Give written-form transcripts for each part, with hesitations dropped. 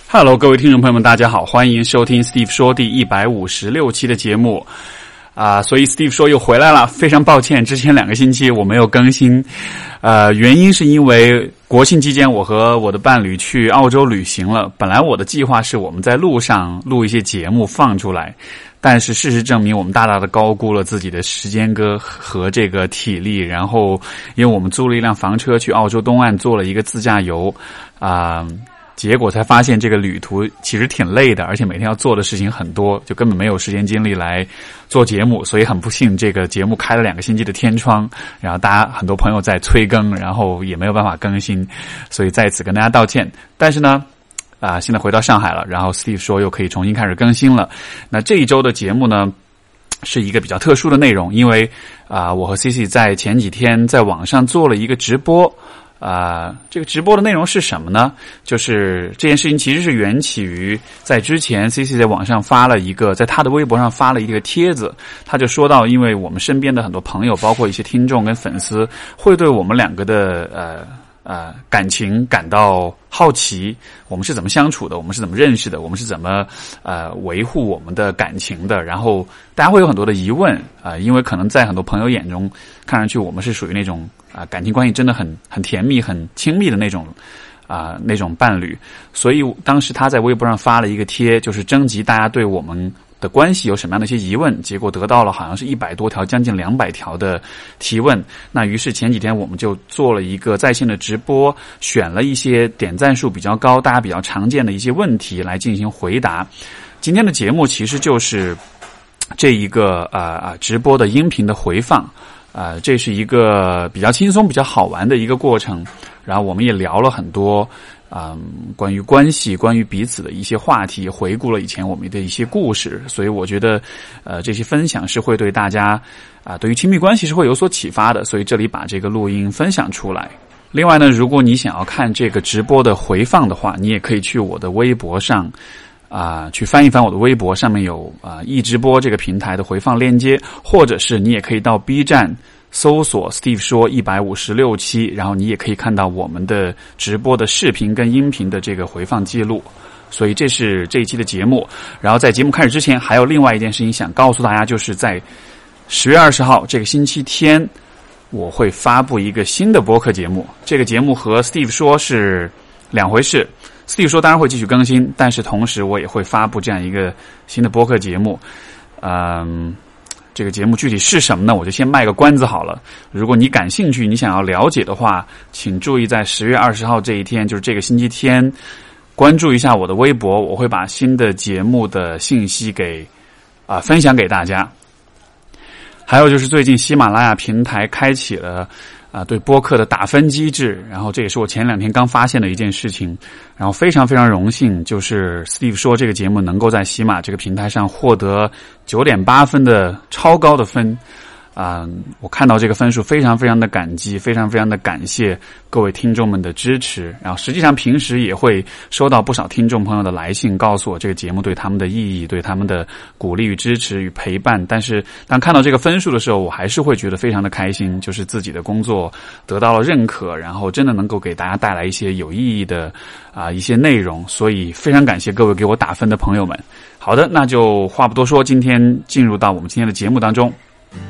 Hello， 各位听众朋友们，大家好，欢迎收听 Steve 说第156期的节目所以 Steve 说又回来了，非常抱歉，之前2个星期我没有更新，原因是因为国庆期间我和我的伴侣去澳洲旅行了，本来我的计划是我们在路上录一些节目放出来，但是事实证明我们大大的高估了自己的时间和这个体力，然后因为我们租了一辆房车去澳洲东岸做了一个自驾游结果才发现这个旅途其实挺累的，而且每天要做的事情很多，就根本没有时间精力来做节目，所以很不幸这个节目开了2个星期的天窗，然后大家很多朋友在催更，然后也没有办法更新，所以在此跟大家道歉。但是呢现在回到上海了，然后 Steve 说又可以重新开始更新了。那这一周的节目呢是一个比较特殊的内容，因为我和 CC 在前几天在网上做了一个直播这个直播的内容是什么呢？就是这件事情其实是缘起于在之前 CC 在网上发了一个，在他的微博上发了一个帖子，他就说到因为我们身边的很多朋友包括一些听众跟粉丝会对我们2个的感情感到好奇，我们是怎么相处的，我们是怎么认识的，我们是怎么维护我们的感情的，然后大家会有很多的疑问因为可能在很多朋友眼中看上去我们是属于那种感情关系真的很甜蜜很亲密的那种那种伴侣，所以当时他在微博上发了一个贴，就是征集大家对我们的关系有什么样的一些疑问，结果得到了好像是100多条将近200条的提问。那于是前几天我们就做了一个在线的直播，选了一些点赞数比较高大家比较常见的一些问题来进行回答。今天的节目其实就是这一个直播的音频的回放这是一个比较轻松比较好玩的一个过程，然后我们也聊了很多关于关系关于彼此的一些话题，回顾了以前我们的一些故事，所以我觉得这些分享是会对大家对于亲密关系是会有所启发的，所以这里把这个录音分享出来。另外呢，如果你想要看这个直播的回放的话，你也可以去我的微博上去翻一翻我的微博，上面有易直播这个平台的回放链接，或者是你也可以到 B 站搜索 Steve 说156期，然后你也可以看到我们的直播的视频跟音频的这个回放记录。所以这是这一期的节目。然后在节目开始之前还有另外一件事情想告诉大家，就是在10月20号这个星期天我会发布一个新的播客节目，这个节目和 Steve 说是2回事。Steve 说当然会继续更新，但是同时我也会发布这样一个新的播客节目这个节目具体是什么呢，我就先卖个关子好了。如果你感兴趣你想要了解的话，请注意在10月20号这一天，就是这个星期天，关注一下我的微博，我会把新的节目的信息给分享给大家。还有就是最近喜马拉雅平台开启了对播客的打分机制，然后这也是我前2天刚发现的一件事情，然后非常非常荣幸，就是 Steve 说这个节目能够在喜马这个平台上获得9.8分的超高的分我看到这个分数非常非常的感激，非常非常的感谢各位听众们的支持。然后实际上平时也会收到不少听众朋友的来信，告诉我这个节目对他们的意义，对他们的鼓励与支持与陪伴。但是当看到这个分数的时候，我还是会觉得非常的开心，就是自己的工作得到了认可，然后真的能够给大家带来一些有意义的一些内容，所以非常感谢各位给我打分的朋友们。好的，那就话不多说，今天进入到我们今天的节目当中。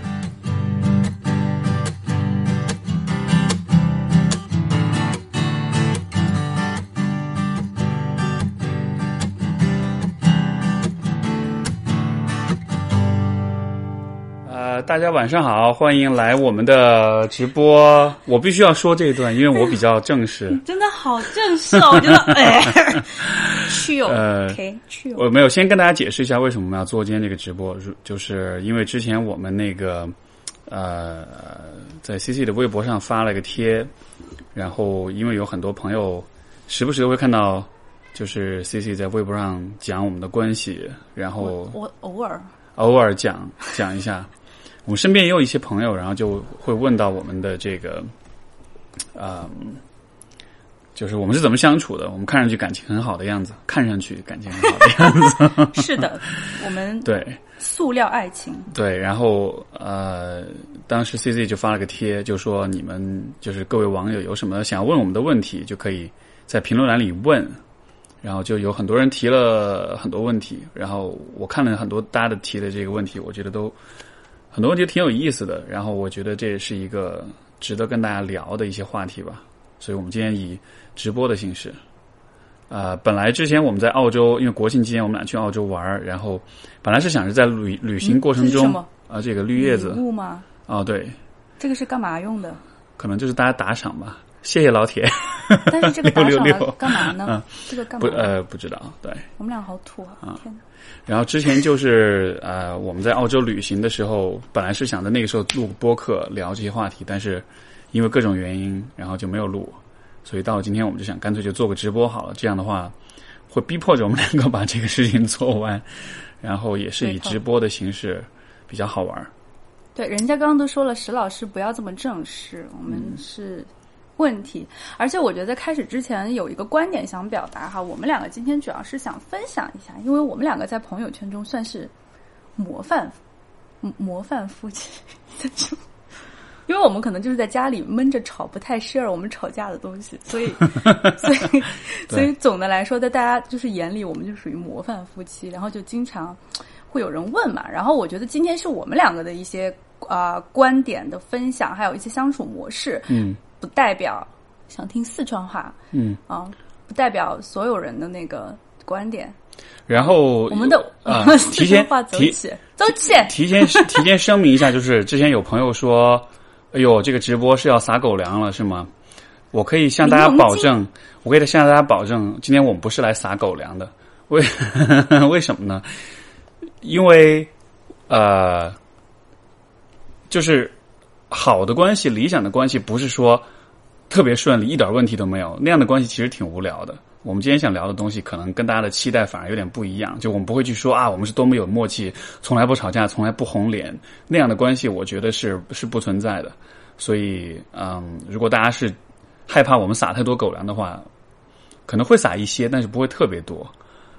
大家晚上好，欢迎来我们的直播。我必须要说这一段，因为我比较正式。 真的好正式哦，我觉得去OK 去我没有先跟大家解释一下为什么我们要做今天这个直播，就是因为之前我们那个在 CC 的微博上发了个贴，然后因为有很多朋友时不时都会看到就是 CC 在微博上讲我们的关系，然后我偶尔讲一下。我们身边也有一些朋友，然后就会问到我们的这个就是我们是怎么相处的，我们看上去感情很好的样子，看上去感情很好的样子是的，我们对塑料爱情。 对，然后当时 CZ 就发了个贴，就说你们就是各位网友有什么想要问我们的问题，就可以在评论栏里问。 然后就有很多人提了很多问题，然后我看了很多大家的提的这个问题，我觉得都很多问题挺有意思的，然后我觉得这也是一个值得跟大家聊的一些话题吧，所以我们今天以直播的形式。本来之前我们在澳洲，因为国庆期间我们俩去澳洲玩，然后本来是想着在旅行过程中这个绿叶子礼物吗？ 哦，对， 这个是干嘛用的？ 可能就是大家打赏吧，谢谢老铁。 但是这个打赏了干嘛呢？这个干嘛？ 不知道。对， 我们俩好土啊！天哪！ 然后之前就是我们在澳洲旅行的时候，本来是想在那个时候录播客聊这些话题，但是因为各种原因，然后就没有录。所以到了今天，我们就想干脆就做个直播好了。这样的话，会逼迫着我们两个把这个事情做完，然后也是以直播的形式比较好玩。 对，人家刚刚都说了，石老师不要这么正式，我们是问题。而且我觉得在开始之前有一个观点想表达哈，我们两个今天主要是想分享一下，因为我们两个在朋友圈中算是模范夫妻因为我们可能就是在家里闷着吵，不太 share 我们吵架的东西，所以总的来说，在大家就是眼里，我们就属于模范夫妻，然后就经常会有人问嘛。然后我觉得今天是我们两个的一些观点的分享，还有一些相处模式，不代表想听四川话，不代表所有人的那个观点。 然后我们的提前提前声明一下，就是之前有朋友说，哎呦，这个直播是要撒狗粮了，是吗？我可以向大家保证，今天我们不是来撒狗粮的。为什么呢？因为就是好的关系、理想的关系，不是说特别顺利，一点问题都没有，那样的关系其实挺无聊的。我们今天想聊的东西可能跟大家的期待反而有点不一样，就我们不会去说我们是多么有默契，从来不吵架，从来不红脸，那样的关系我觉得是不存在的。所以如果大家是害怕我们撒太多狗粮的话，可能会撒一些，但是不会特别多。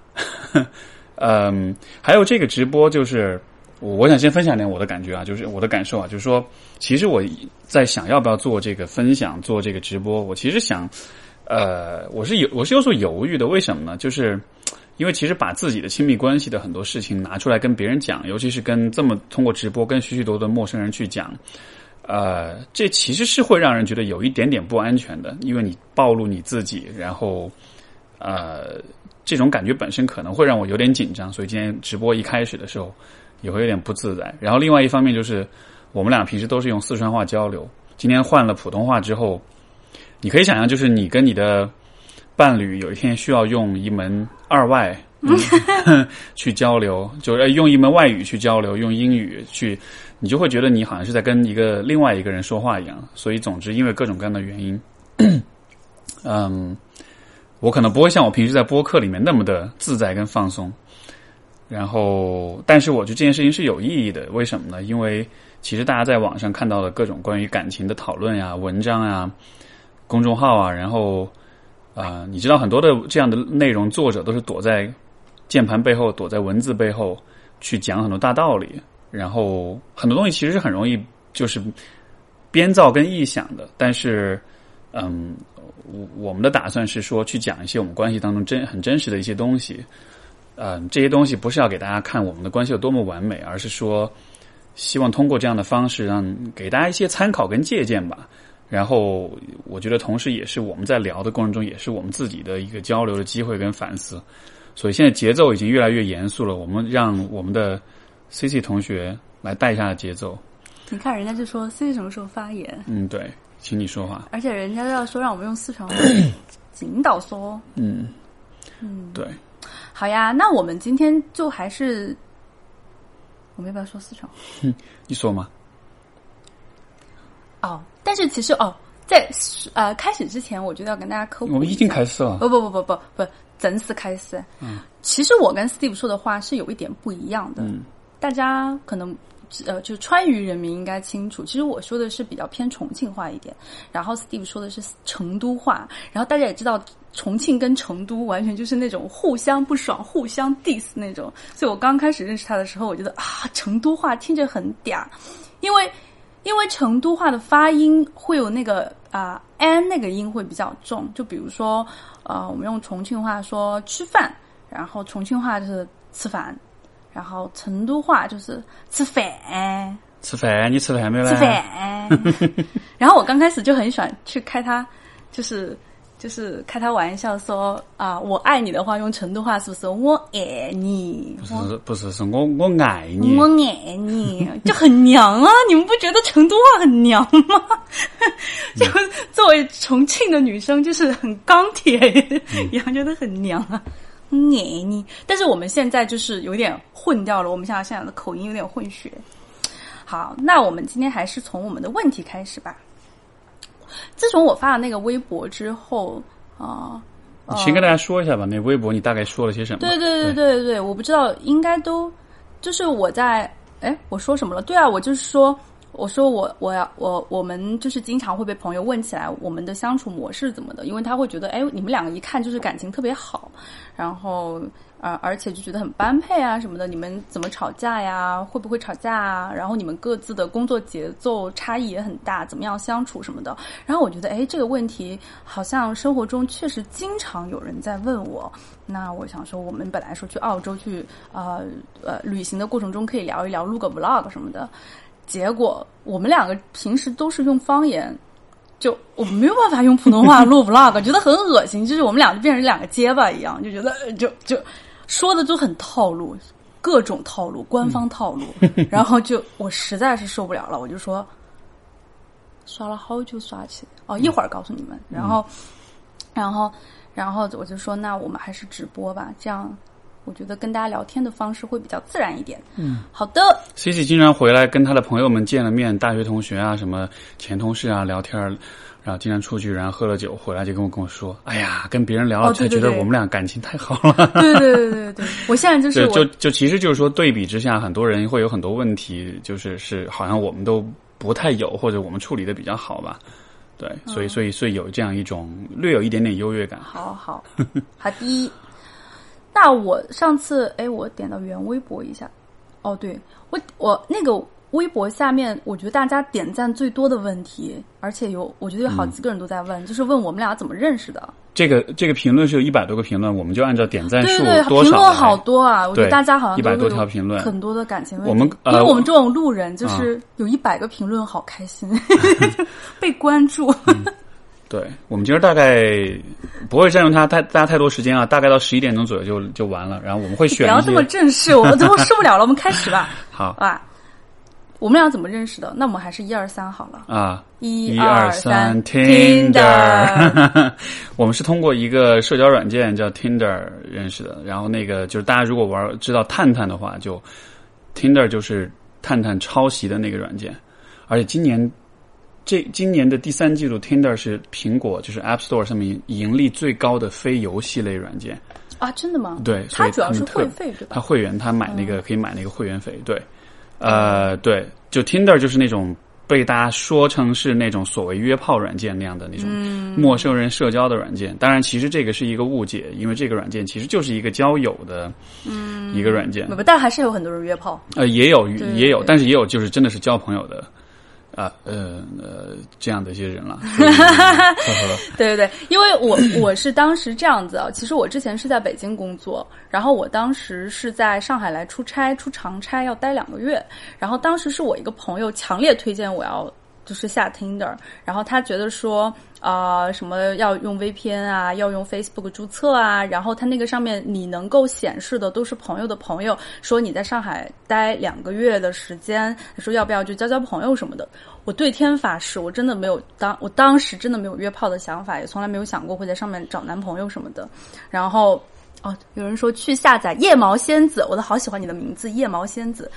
还有这个直播，就是我想先分享点我的感觉就是我的感受就是说，其实我在想要不要做这个分享，做这个直播，我其实想我是有所犹豫的。为什么呢？就是因为其实把自己的亲密关系的很多事情拿出来跟别人讲，尤其是跟这么通过直播跟许许多多的陌生人去讲，这其实是会让人觉得有一点点不安全的，因为你暴露你自己，然后这种感觉本身可能会让我有点紧张，所以今天直播一开始的时候也会有点不自在。然后另外一方面就是我们俩平时都是用四川话交流，今天换了普通话之后，你可以想象，就是你跟你的伴侣有一天需要用一门二外去交流，就是用一门外语去交流，用英语去，你就会觉得你好像是在跟另外一个人说话一样。所以总之因为各种各样的原因我可能不会像我平时在播客里面那么的自在跟放松，然后但是我觉得这件事情是有意义的。为什么呢？因为其实大家在网上看到的各种关于感情的讨论呀、文章啊、公众号然后你知道很多的这样的内容，作者都是躲在键盘背后，躲在文字背后去讲很多大道理，然后很多东西其实是很容易就是编造跟臆想的。但是我们的打算是说去讲一些我们关系当中很真实的一些东西。这些东西不是要给大家看我们的关系有多么完美，而是说希望通过这样的方式给大家一些参考跟借鉴吧。然后我觉得同时也是我们在聊的过程中，也是我们自己的一个交流的机会跟反思。所以现在节奏已经越来越严肃了，我们让我们的 CC 同学来带一下节奏。 你看人家就说 CC 什么时候发言？ 对，请你说话。而且人家要说让我们用四川话引导说。 对。 好呀，那我们今天就还是我们要不要说四川话？ 你说嘛。 但是其实在开始之前，我觉得要跟大家科普一下。 我们已经开始了。 不，正式开始。其实我跟 Steve 说的话是有一点不一样的。大家可能就川渝人民应该清楚，其实我说的是比较偏重庆话一点，然后 Steve 说的是成都话，然后大家也知道重庆跟成都完全就是那种互相不爽、互相 diss 那种，所以我刚开始认识他的时候，我觉得成都话听着很嗲，因为因为成都话的发音会有那个安那个音会比较重，就比如说我们用重庆话说吃饭，然后重庆话就是吃饭，然后成都话就是吃饭。 吃饭，你吃饭没有？ 吃饭。然后我刚开始就很喜欢去开他，就是开他玩笑说我爱你的话用成都话是不是我爱你？ 不是，是我爱你。 我爱你，就很娘啊！你们不觉得成都话很娘吗？就作为重庆的女生，就是很钢铁一样，觉得很娘啊。爱你，但是我们现在就是有点混掉了，我们现在的口音有点混血。好，那我们今天还是从我们的问题开始吧。自从我发了那个微博之后你先跟大家说一下吧，那微博你大概说了些什么？ 对，我不知道，应该都就是我在我说什么了？对啊，我就是说，我们就是经常会被朋友问起来我们的相处模式怎么的，因为他会觉得你们两个一看就是感情特别好，然后而且就觉得很般配啊什么的，你们怎么吵架呀？会不会吵架啊？然后你们各自的工作节奏差异也很大，怎么样相处什么的？然后我觉得这个问题好像生活中确实经常有人在问我。那我想说，我们本来说去澳洲去旅行的过程中可以聊一聊，录个 vlog 什么的，结果我们两个平时都是用方言。就我们没有办法用普通话录 vlog， 觉得很恶心，就是我们俩就变成两个结巴一样，就觉得就说的就很套路，各种套路，官方套路，然后我实在是受不了了，我就说刷了好久刷起来，一会儿告诉你们，然后我就说那我们还是直播吧，这样我觉得跟大家聊天的方式会比较自然一点。好的。 Cici 经常回来跟他的朋友们见了面，大学同学啊，什么前同事啊聊天，然后经常出去，然后喝了酒回来就跟我说，哎呀，跟别人聊了才觉得我们俩感情太好了。 对，我现在就是就其实就是说对比之下，很多人会有很多问题，就是好像我们都不太有，或者我们处理的比较好吧。对，所以有这样一种略有一点点优越感。 好的。那我上次我点到原微博一下，对，我那个微博下面，我觉得大家点赞最多的问题，而且我觉得有好几个人都在问，就是问我们俩怎么认识的。 这个评论是有100多个评论，我们就按照点赞数对多少， 评论好多啊！我觉得大家好像 100多条评论， 很多的感情问题。 因为我们这种路人，就是有100个评论，好开心，被关注。 对，我们今儿大概不会占用大家太多时间啊，大概到11点钟左右就完了。然后我们会选一些， 不要这么正式，我都受不了了。我们开始吧。 好啊，我们俩怎么认识的？那我们还是1、2、3好了啊。 1、2、3 Tinder 我们是通过一个社交软件叫 Tinder 认识的。然后那个就是大家如果知道探探的话，就 Tinder 就是探探抄袭的那个软件，而且今年的第3季度 Tinder 是苹果就是 App Store 上面盈利最高的非游戏类软件啊，真的吗？ 对， 它主要是会费对吧？ 它会员，它买那个可以买那个会员费，对，对，就 Tinder 就是那种被大家说成是那种所谓约炮软件那样的那种陌生人社交的软件。当然，其实这个是一个误解，因为这个软件其实就是一个交友的一个软件， 但还是有很多人约炮。 也有，但是也有就是真的是交朋友的。这样的一些人了。 对，因为我是当时这样子啊，其实我之前是在北京工作，然后我当时是在上海来出长差，要待2个月，然后当时是我一个朋友强烈推荐我要就是下 Tinder， 然后他觉得说什么要用 VPN 啊，要用 Facebook 注册啊，然后他那个上面你能够显示的都是朋友的朋友，说你在上海待2个月的时间，说要不要就交朋友什么的。我对天发誓，我真的没有我当时真的没有约炮的想法，也从来没有想过会在上面找男朋友什么的。然后有人说去下载夜毛仙子，我都好喜欢你的名字夜毛仙子。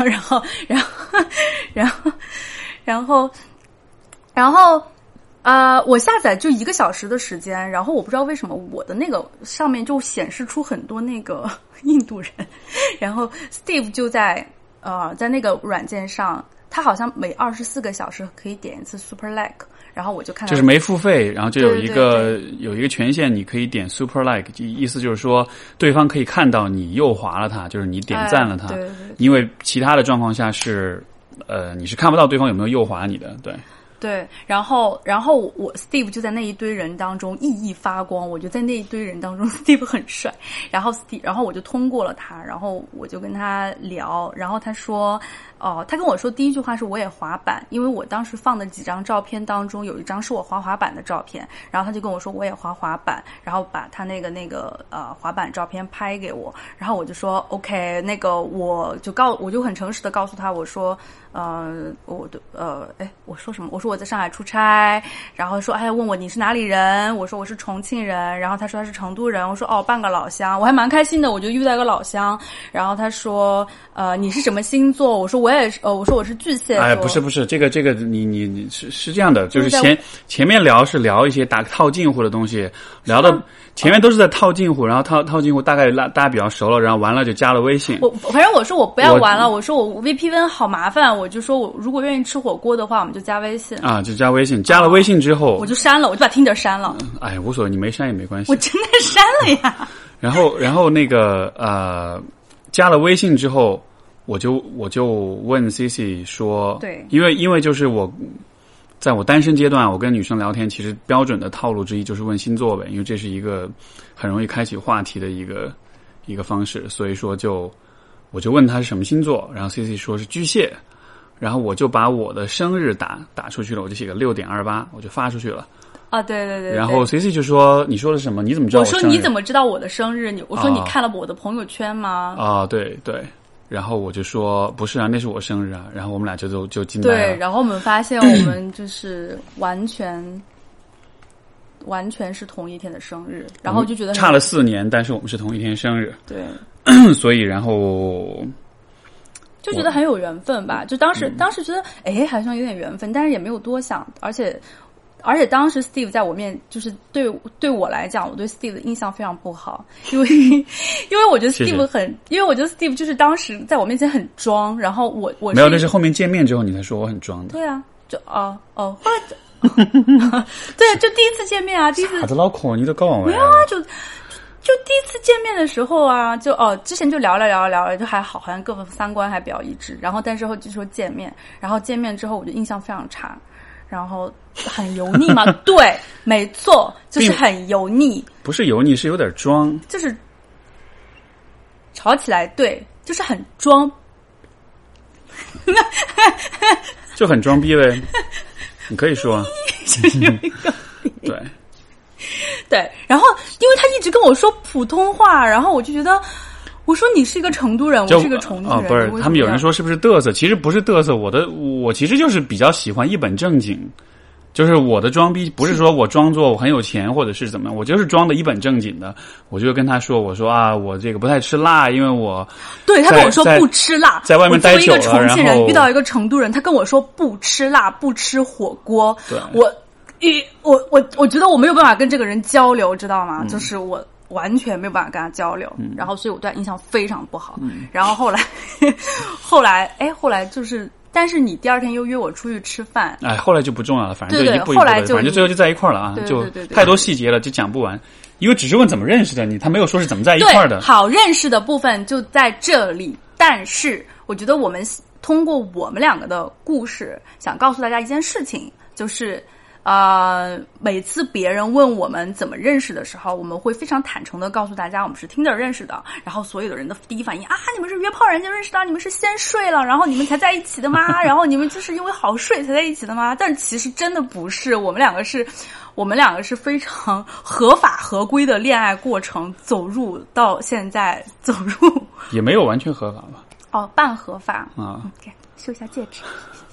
然后我下载就1个小时的时间，然后我不知道为什么我的那个上面就显示出很多那个印度人，然后 Steve 就在那个软件上，他好像每24个小时可以点一次 Super Like， 然后我就看到就是没付费，然后就有一个权限，你可以点 Super Like， 意思就是说对方可以看到你右滑了他，就是你点赞了他， 对， 因为其他的状况下是你是看不到对方有没有右滑你的，对。 对，然后我 Steve 就在那一堆人当中熠熠发光，我就在那一堆人当中 Steve 很帅，然后我就通过了他，然后我就跟他聊，然后他说他跟我说第一句话是我也滑板，因为我当时放的几张照片当中有一张是我滑板的照片，然后他就跟我说我也滑板，然后把他那个滑板照片拍给我，然后我就说 OK， 那个我就很诚实的告诉他，我说我说什么？我说我在上海出差，然后说问我你是哪里人？我说我是重庆人，然后他说他是成都人，我说半个老乡，我还蛮开心的，我就遇到一个老乡。然后他说你是什么星座？我说我也是，我说我是巨蟹座。 不是，这个你是这样的，就是前面聊是聊一些套近乎的东西，聊的前面都是在套近乎，然后套近乎大概大家比较熟了，然后完了就加了微信。 反正我说我不要玩了，我说我 VPN 好麻烦，我就说我如果愿意吃火锅的话，我们就加微信啊，就加微信。加了微信之后， 我就删了，我就把 Tinder 删了。 无所谓，你没删也没关系。 我真的删了呀。 然后那个加了微信之后，我就问 CC 说， 对， 因为就是在我单身阶段，我跟女生聊天，其实标准的套路之一就是问星座呗，因为这是一个很容易开启话题的一个方式，所以说我就问他是什么星座，然后 CC 说是巨蟹，然后我就把我的生日打出去了，我就写个6.28，我就发出去了。 啊，对对对。 然后 CC 就说你说的什么？你怎么知道我生日？ 我说你怎么知道我的生日？我说你看了我的朋友圈吗？ 啊，对对。然后我就说不是啊，那是我生日啊。然后我们俩就惊呆了。 对，然后我们发现我们就是完全是同一天的生日，然后就觉得差了4年，但是我们是同一天生日。 对， 所以然后就觉得很有缘分吧。就当时觉得好像有点缘分，但是也没有多想，而且当时 Steve 在我面，就是对我来讲，我对 Steve 的印象非常不好，因为我觉得 Steve 因为我觉得 Steve 就是当时在我面前很装，然后我没有，那是后面见面之后你才说我很装的。 对啊，就后来对，就第一次见面啊，第一次傻子老口你都搞完没有啊，就第一次见面的时候啊，就之前就聊了，就还好，好像各个三观还比较一致，然后但是后就说见面，然后见面之后我就印象非常差。然后很油腻嘛，对，没错，就是很油腻。 不是油腻，是有点装， 就是吵起来，对，就是很装， 就很装逼呗。你可以说，对， 对。然后，因为他一直跟我说普通话，然后我就觉得。我说你是一个成都人，我是一个重庆人。 不是，他们有人说是不是嘚瑟？其实不是嘚瑟，我其实就是比较喜欢一本正经，就是我的装逼不是说我装作我很有钱或者是怎么样，我就是装的一本正经的。我就跟他说，我说我这个不太吃辣，因为我对他跟我说不吃辣， 在外面待久了， 我作为一个重庆人遇到一个成都人，他跟我说不吃辣，不吃火锅， 对， 我觉得我没有办法跟这个人交流，知道吗？就是我。完全没有办法跟他交流，然后所以我对他印象非常不好。然后后来就是，但是你第二天又约我出去吃饭， 后来就不重要了，反正就一步一步的， 反正最后就在一块了啊，就太多细节了，就讲不完。因为只是问怎么认识的他没有说是怎么在一块的。 好，认识的部分就在这里，但是我觉得我们通过我们两个的故事，想告诉大家一件事情，就是。每次别人问我们怎么认识的时候，我们会非常坦诚的告诉大家我们是 Tinder 认识的，然后所有的人的第一反应你们是约炮人家认识的，你们是先睡了然后你们才在一起的吗？然后你们就是因为好睡才在一起的吗？但其实真的不是，我们两个是非常合法合规的恋爱过程走入到现在， 也没有完全合法吧？ 半合法啊， 秀一下戒指。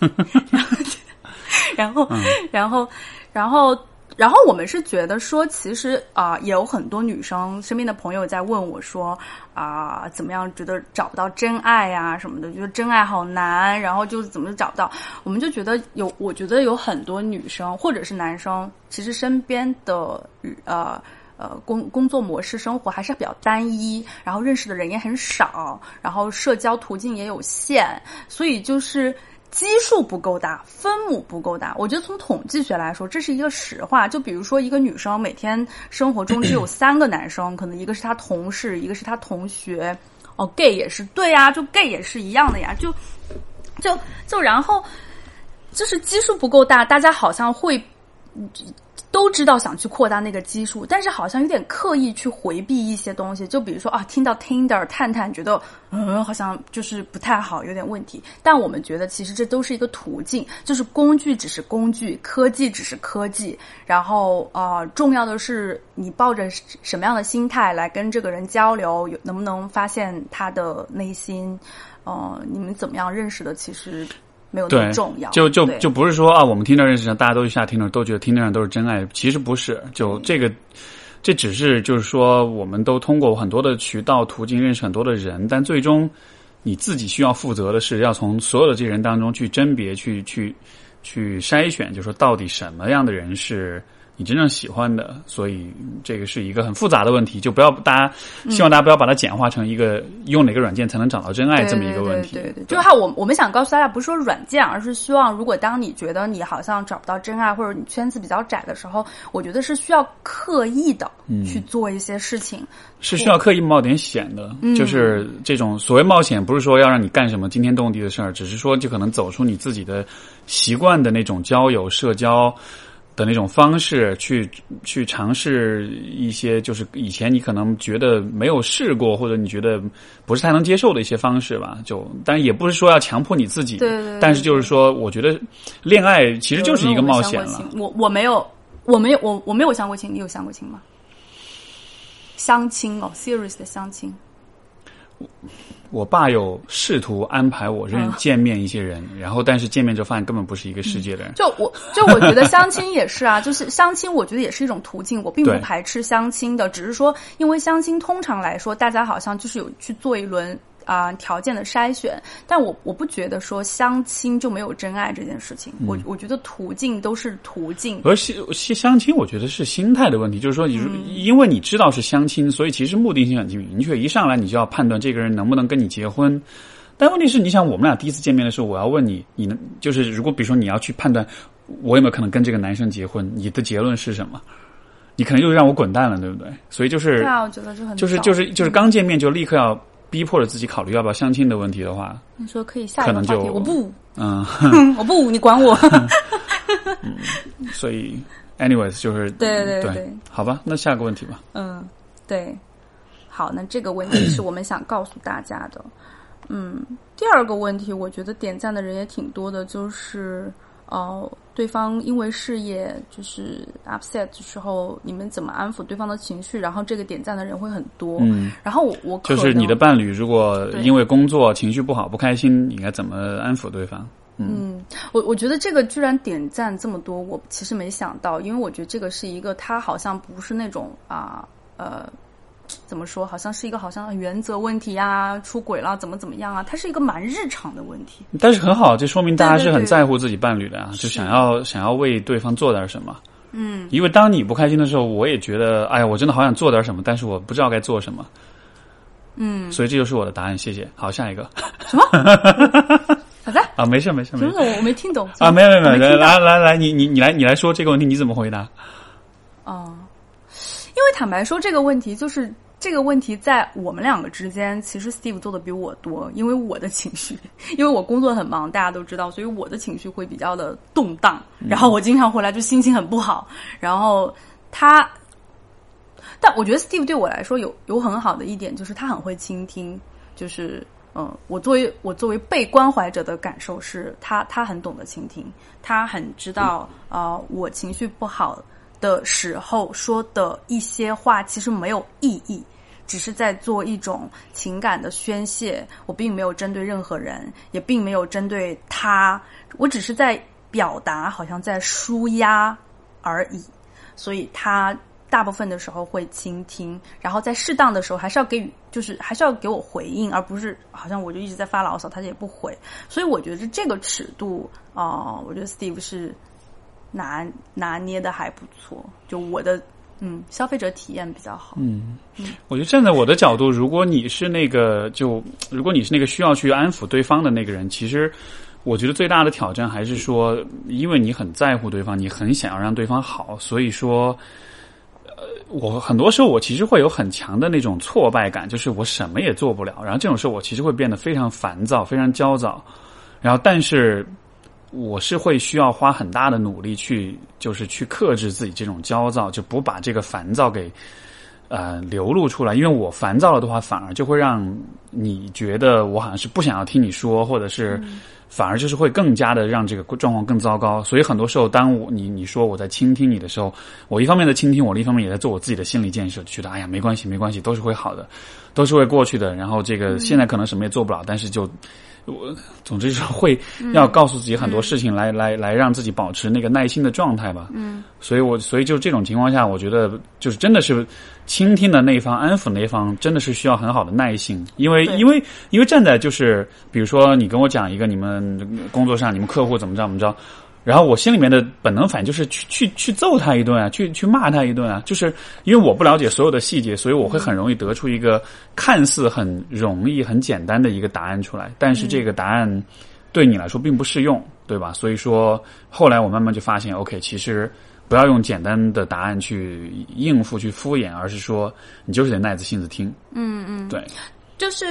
然后我们是觉得说，其实也有很多女生身边的朋友在问我说怎么样觉得找不到真爱呀什么的，觉得真爱好难，然后就怎么找不到。我们就觉得我觉得有很多女生或者是男生，其实身边的工作模式生活还是比较单一，然后认识的人也很少，然后社交途径也有限，所以就是基数不够大，分母不够大。我觉得从统计学来说，这是一个实话。就比如说一个女生每天生活中只有3个男生，可能一个是她同事，一个是她同学。gay 也是对啊，就 gay 也是一样的呀。 就然后就是基数不够大，大家好像会都知道想去扩大那个基数，但是好像有点刻意去回避一些东西，就比如说啊，听到 Tinder 探探觉得好像就是不太好，有点问题，但我们觉得其实这都是一个途径，就是工具只是工具，科技只是科技，然后重要的是你抱着什么样的心态来跟这个人交流，能不能发现他的内心，你们怎么样认识的其实没有那么重要， 就不是说啊，我们Tinder认识上，大家都去下Tinder，都觉得Tinder上都是真爱，其实不是。就这只是就是说，我们都通过很多的渠道途径认识很多的人，但最终你自己需要负责的是，要从所有的这些人当中去甄别、去筛选，就是说到底什么样的人是你真正喜欢的。所以这个是一个很复杂的问题，就不要希望大家不要把它简化成一个用哪个软件才能找到真爱这么一个问题。 对，就是我们想告诉大家，不是说软件，而是希望如果当你觉得你好像找不到真爱，或者你圈子比较窄的时候，我觉得是需要刻意的去做一些事情， 是需要刻意冒点险的。就是这种所谓冒险，不是说要让你干什么惊天动地的事儿，只是说就可能走出你自己的习惯的那种交友社交的那种方式，去尝试一些就是以前你可能觉得没有试过，或者你觉得不是太能接受的一些方式吧。当然也不是说要强迫你自己， 对， 但是就是说，我觉得恋爱其实就是一个冒险了。 我没有相过亲，你有相过亲吗？相亲serious 的相亲。 我爸有试图安排我见面一些人，然后但是见面之后发现根本不是一个世界的人。 我觉得相亲也是啊，就是相亲我觉得也是一种途径，我并不排斥相亲的，只是说因为相亲通常来说大家好像就是有去做一轮条件的筛选，但我不觉得说相亲就没有真爱这件事情。我觉得途径都是途径。 而相亲我觉得是心态的问题，就是说因为你知道是相亲，所以其实目的性很明确，一上来你就要判断这个人能不能跟你结婚。但问题是，你想我们俩第一次见面的时候，我要问你能就是如果比如说你要去判断我有没有可能跟这个男生结婚，你的结论是什么？你可能就是让我滚蛋了，对不对？所以就是对啊，我觉得就很就是刚见面就立刻要逼迫着自己考虑要不要相亲的问题的话， 你说可以下一个话题，我不，我不，你管我。 所以 anyways 就是对， 好吧，那下个问题吧。 对，好，那这个问题是我们想告诉大家的。第二个问题，我觉得点赞的人也挺多的，就是对方因为事业就是 upset 的时候，你们怎么安抚对方的情绪？然后这个点赞的人会很多。然后我可能就是你的伴侣如果因为工作情绪不好不开心，你应该怎么安抚对方？ 我觉得这个居然点赞这么多，我其实没想到，因为我觉得这个是一个他好像不是那种怎么说，好像是一个好像原则问题啊，出轨了怎么样啊，它是一个蛮日常的问题。 但是很好，这说明大家是很在乎自己伴侣的啊，就想要为对方做点什么。因为当你不开心的时候，我也觉得哎呀，我真的好想做点什么，但是我不知道该做什么。所以这就是我的答案，谢谢。好，下一个。什么？ 好的啊，没事。什么？ 我没听懂啊，没有，来，你来说这个问题，你怎么回答？ 因为坦白说，这个问题就是这个问题在我们两个之间，其实 Steve 做的比我多，因为我的情绪，因为我工作很忙，大家都知道，所以我的情绪会比较的动荡，然后我经常回来就心情很不好，然后但我觉得 Steve 对我来说有很好的一点，就是他很会倾听，就是我作为被关怀者的感受是他很懂得倾听，他很知道我情绪不好的时候说的一些话其实没有意义，只是在做一种情感的宣泄，我并没有针对任何人，也并没有针对他，我只是在表达，好像在抒压而已。所以他大部分的时候会倾听，然后在适当的时候还是要给我回应，而不是好像我就一直在发牢骚他也不回。所以我觉得这个尺度我觉得 Steve 是拿捏的还不错，就我的消费者体验比较好。 我觉得站在我的角度，如果你是那个需要去安抚对方的那个人，其实我觉得最大的挑战还是说，因为你很在乎对方，你很想要让对方好，所以说我很多时候我其实会有很强的那种挫败感，就是我什么也做不了，然后这种时候我其实会变得非常烦躁非常焦躁， 然后但是我是会需要花很大的努力去克制自己这种焦躁，就不把这个烦躁给流露出来，因为我烦躁了的话，反而就会让你觉得我好像是不想要听你说，或者是反而就是会更加的让这个状况更糟糕。所以很多时候，当你说我在倾听你的时候，我一方面在倾听，我另一方面也在做我自己的心理建设，觉得哎呀没关系，都是会好的，都是会过去的。然后这个现在可能什么也做不了，但是我总之就是会要告诉自己很多事情来让自己保持那个耐心的状态吧。所以就这种情况下，我觉得就是真的是倾听的那一方、安抚那一方，真的是需要很好的耐性，因为站在就是比如说你跟我讲一个你们工作上你们客户怎么着。然后我心里面的本能反应就是去揍他一顿啊，去骂他一顿啊，就是因为我不了解所有的细节，所以我会很容易得出一个看似很容易、很简单的一个答案出来，但是这个答案对你来说并不适用，对吧？所以说后来我慢慢就发现 ，OK， 其实不要用简单的答案去应付、去敷衍，而是说你就是得耐着性子听。对， 就是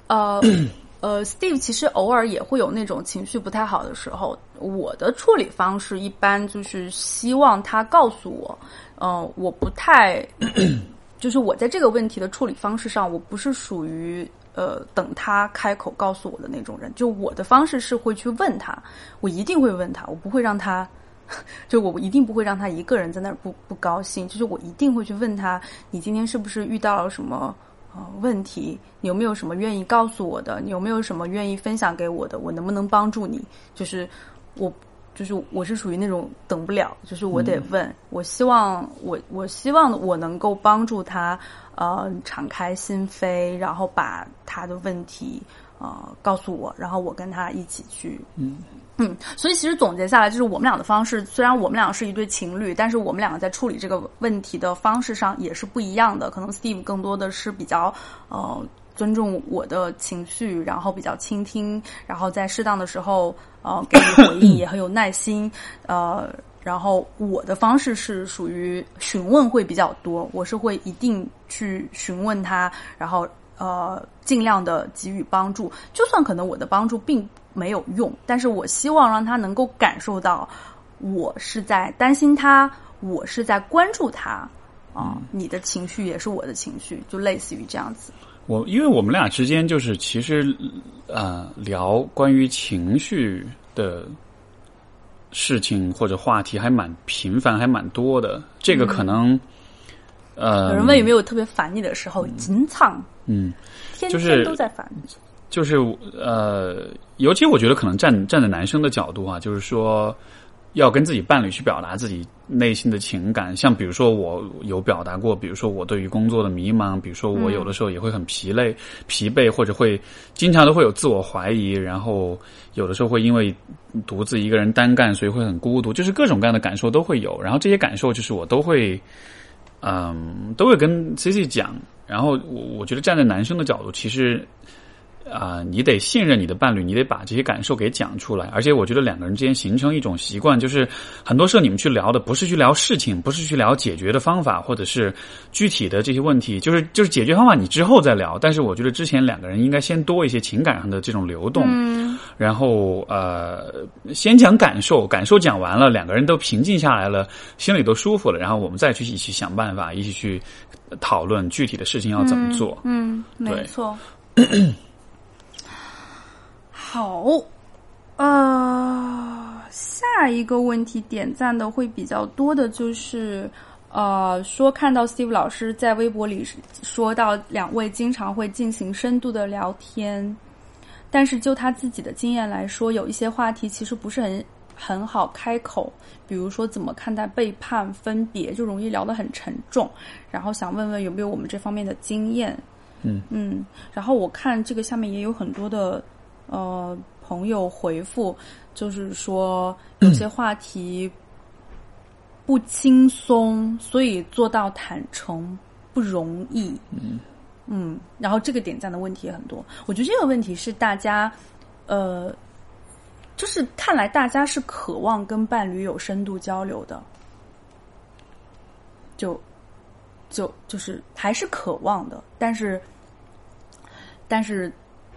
Steve 其实偶尔也会有那种情绪不太好的时候，我的处理方式一般就是希望他告诉我，我不太，就是我在这个问题的处理方式上，我不是属于等他开口告诉我的那种人，就我的方式是会去问他，我一定会问他，我不会让他。就我一定不会让他一个人在那儿不高兴，就是我一定会去问他，你今天是不是遇到了什么问题？你有没有什么愿意告诉我的？你有没有什么愿意分享给我的？我能不能帮助你？就是我是属于那种等不了，就是我得问。我希望我能够帮助他敞开心扉，然后把他的问题告诉我，然后我跟他一起去所以其实总结下来，就是我们俩的方式，虽然我们俩是一对情侣，但是我们两个在处理这个问题的方式上也是不一样的。可能 Steve 更多的是比较尊重我的情绪，然后比较倾听，然后在适当的时候给你回应，也很有耐心。然后我的方式是属于询问会比较多，我是会一定去询问他，然后尽量的给予帮助，就算可能我的帮助并没有用，但是我希望让他能够感受到我是在担心他，我是在关注他你的情绪也是我的情绪，就类似于这样子。 因为我们俩之间就是其实聊关于情绪的事情或者话题还蛮频繁，还蛮多的。这个可能有人问有没有特别烦你的时候，经常天天都在烦。 就是尤其我觉得可能站在男生的角度啊，就是说要跟自己伴侣去表达自己内心的情感，像比如说我有表达过，比如说我对于工作的迷茫，比如说我有的时候也会很疲惫，或者会经常都会有自我怀疑，然后有的时候会因为独自一个人单干，所以会很孤独，就是各种各样的感受都会有，然后这些感受就是我都会跟 CC 讲，然后我觉得站在男生的角度，其实你得信任你的伴侣，你得把这些感受给讲出来。而且我觉得两个人之间形成一种习惯，就是很多时候你们去聊的不是去聊事情，不是去聊解决的方法，或者是具体的这些问题，就是解决方法你之后再聊。但是我觉得之前两个人应该先多一些情感上的这种流动，然后先讲感受讲完了，两个人都平静下来了，心里都舒服了，然后我们再去一起想办法，一起去讨论具体的事情要怎么做。 没错。好，下一个问题点赞的会比较多的就是说看到 Steve 老师在微博里说到两位经常会进行深度的聊天，但是就他自己的经验来说，有一些话题其实不是很好开口，比如说怎么看待背叛、分别，就容易聊得很沉重，然后想问问有没有我们这方面的经验。然后我看这个下面也有很多的朋友回复，就是说有些话题不轻松，所以做到坦诚不容易。然后这个点赞的问题也很多，我觉得这个问题是大家就是看来大家是渴望跟伴侣有深度交流的，就是还是渴望的，但是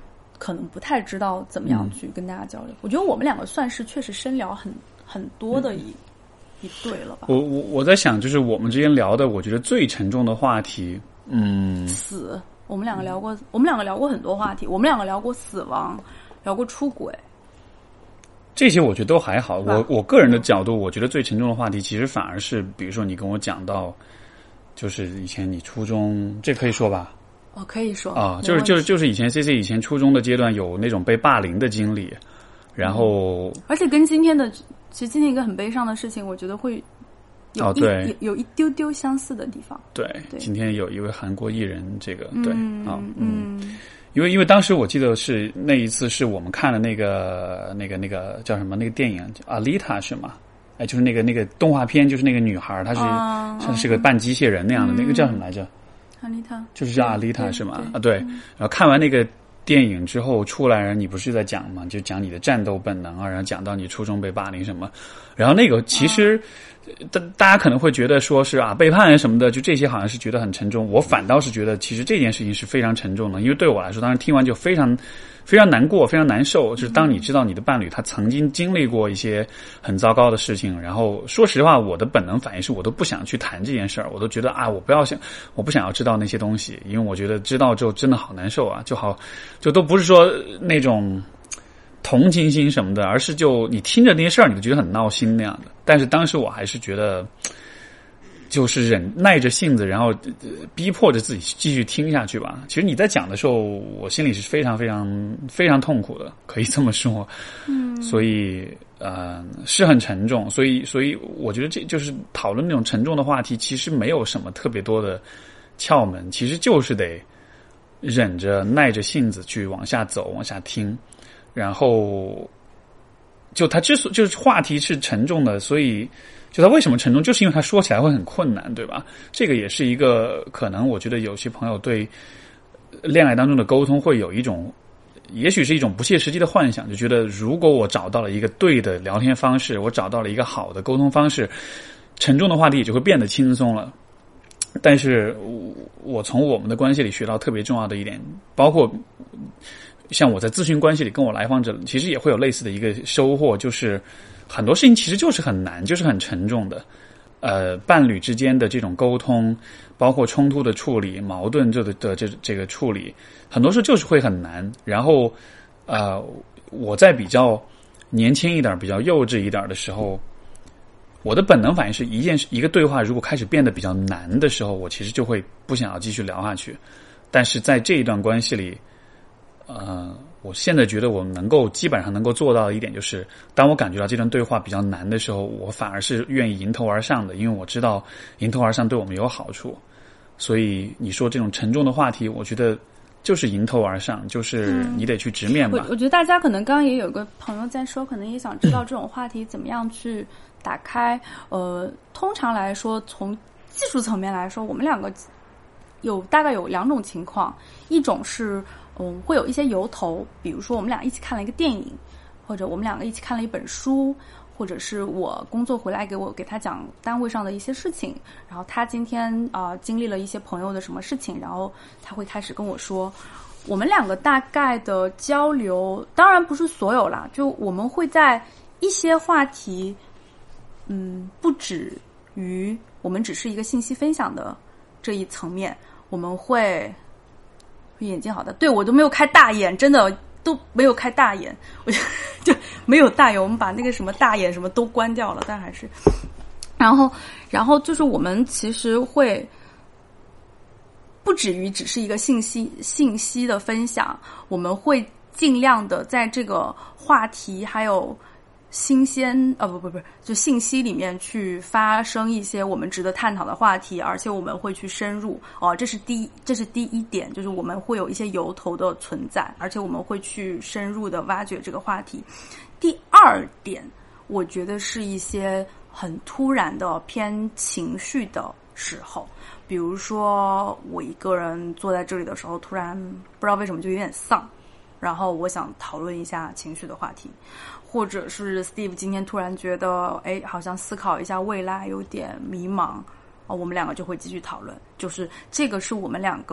可能不太知道怎么样去跟大家交流。我觉得我们两个算是确实深聊很多的一对了吧。 我在想，就是我们之间聊的，我觉得最沉重的话题， 死。我们两个聊过很多话题，我们两个聊过死亡，聊过出轨。 这些我觉得都还好。我个人的角度，我觉得最沉重的话题，其实反而是，比如说你跟我讲到，就是以前你初中，这可以说吧？ 哦，可以说啊，就是以前 CC 以前初中的阶段有那种被霸凌的经历，然后而且跟今天的，其实今天一个很悲伤的事情，我觉得会有一丢丢相似的地方。 对，今天有一位韩国艺人，这个对因为当时我记得是那一次是我们看了那个叫什么那个电影阿丽塔是吗？哎，就是那个动画片，就是那个女孩，她是个半机械人那样的，那个叫什么来着？ 阿丽塔， 就是叫阿丽塔是吗？对。然后看完那个电影之后出来，你不是在讲嘛？就讲你的战斗本能啊，然后讲到你初中被霸凌什么，然后那个其实。大家可能会觉得说是背叛什么的，就这些好像是觉得很沉重。我反倒是觉得，其实这件事情是非常沉重的，因为对我来说，当时听完就非常非常难过，非常难受。就是当你知道你的伴侣他曾经经历过一些很糟糕的事情，然后说实话，我的本能反应是我都不想去谈这件事儿，我都觉得我不想要知道那些东西，因为我觉得知道之后真的好难受啊，就都不是说那种。同情心什么的，而是就你听着那些事儿，你就觉得很闹心那样的。但是当时我还是觉得，就是耐着性子，然后逼迫着自己继续听下去吧。其实你在讲的时候，我心里是非常非常非常痛苦的，可以这么说。所以是很沉重。所以我觉得这就是讨论那种沉重的话题，其实没有什么特别多的窍门，其实就是得忍着耐着性子去往下走，往下听。然后，就他就是话题是沉重的，所以就他为什么沉重，就是因为他说起来会很困难，对吧？这个也是一个可能，我觉得有些朋友对恋爱当中的沟通会有一种，也许是一种不切实际的幻想，就觉得如果我找到了一个对的聊天方式，我找到了一个好的沟通方式，沉重的话题也就会变得轻松了。但是我从我们的关系里学到特别重要的一点，包括。像我在咨询关系里跟我来访者其实也会有类似的一个收获，就是很多事情其实就是很难，就是很沉重的。伴侣之间的这种沟通，包括冲突的处理、矛盾这个处理，很多时候就是会很难。然后我在比较年轻一点、比较幼稚一点的时候，我的本能反应是一个对话如果开始变得比较难的时候，我其实就会不想要继续聊下去。但是在这一段关系里，我现在觉得我基本上能够做到的一点就是，当我感觉到这段对话比较难的时候，我反而是愿意迎头而上的，因为我知道迎头而上对我们有好处。所以你说这种沉重的话题，我觉得就是迎头而上，就是你得去直面吧。 我觉得大家可能刚刚也有个朋友在说，可能也想知道这种话题怎么样去打开。通常来说，从技术层面来说，我们两个大概有两种情况，一种是会有一些由头，比如说我们俩一起看了一个电影，或者我们两个一起看了一本书，或者是我工作回来给他讲单位上的一些事情，然后他今天经历了一些朋友的什么事情，然后他会开始跟我说，我们两个大概的交流，当然不是所有啦，就我们会在一些话题，不止于我们只是一个信息分享的这一层面，我们会。眼睛好的，对，我都没有开大眼，真的都没有开大眼，我就没有大眼，我们把那个什么大眼什么都关掉了，但还是，然后就是我们其实会不止于只是一个信息的分享，我们会尽量的在这个话题还有新鲜就信息里面去发生一些我们值得探讨的话题，而且我们会去深入这是第一点，就是我们会有一些由头的存在，而且我们会去深入的挖掘这个话题。第二点，我觉得是一些很突然的偏情绪的时候，比如说我一个人坐在这里的时候，突然不知道为什么就有点丧，然后我想讨论一下情绪的话题，或者是 Steve 今天突然觉得好像思考一下未来有点迷茫，我们两个就会继续讨论，就是这个是我们两个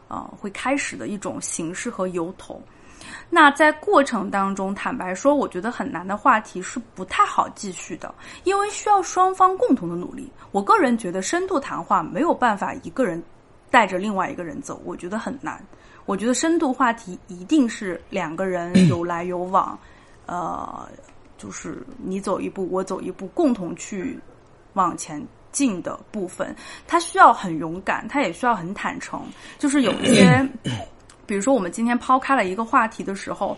会开始的一种形式和由头。那在过程当中，坦白说，我觉得很难的话题是不太好继续的，因为需要双方共同的努力。我个人觉得深度谈话没有办法一个人带着另外一个人走，我觉得很难。我觉得深度话题一定是两个人有来有往，就是你走一步我走一步，共同去往前进的部分。它需要很勇敢，它也需要很坦诚。就是有一些比如说我们今天抛开了一个话题的时候，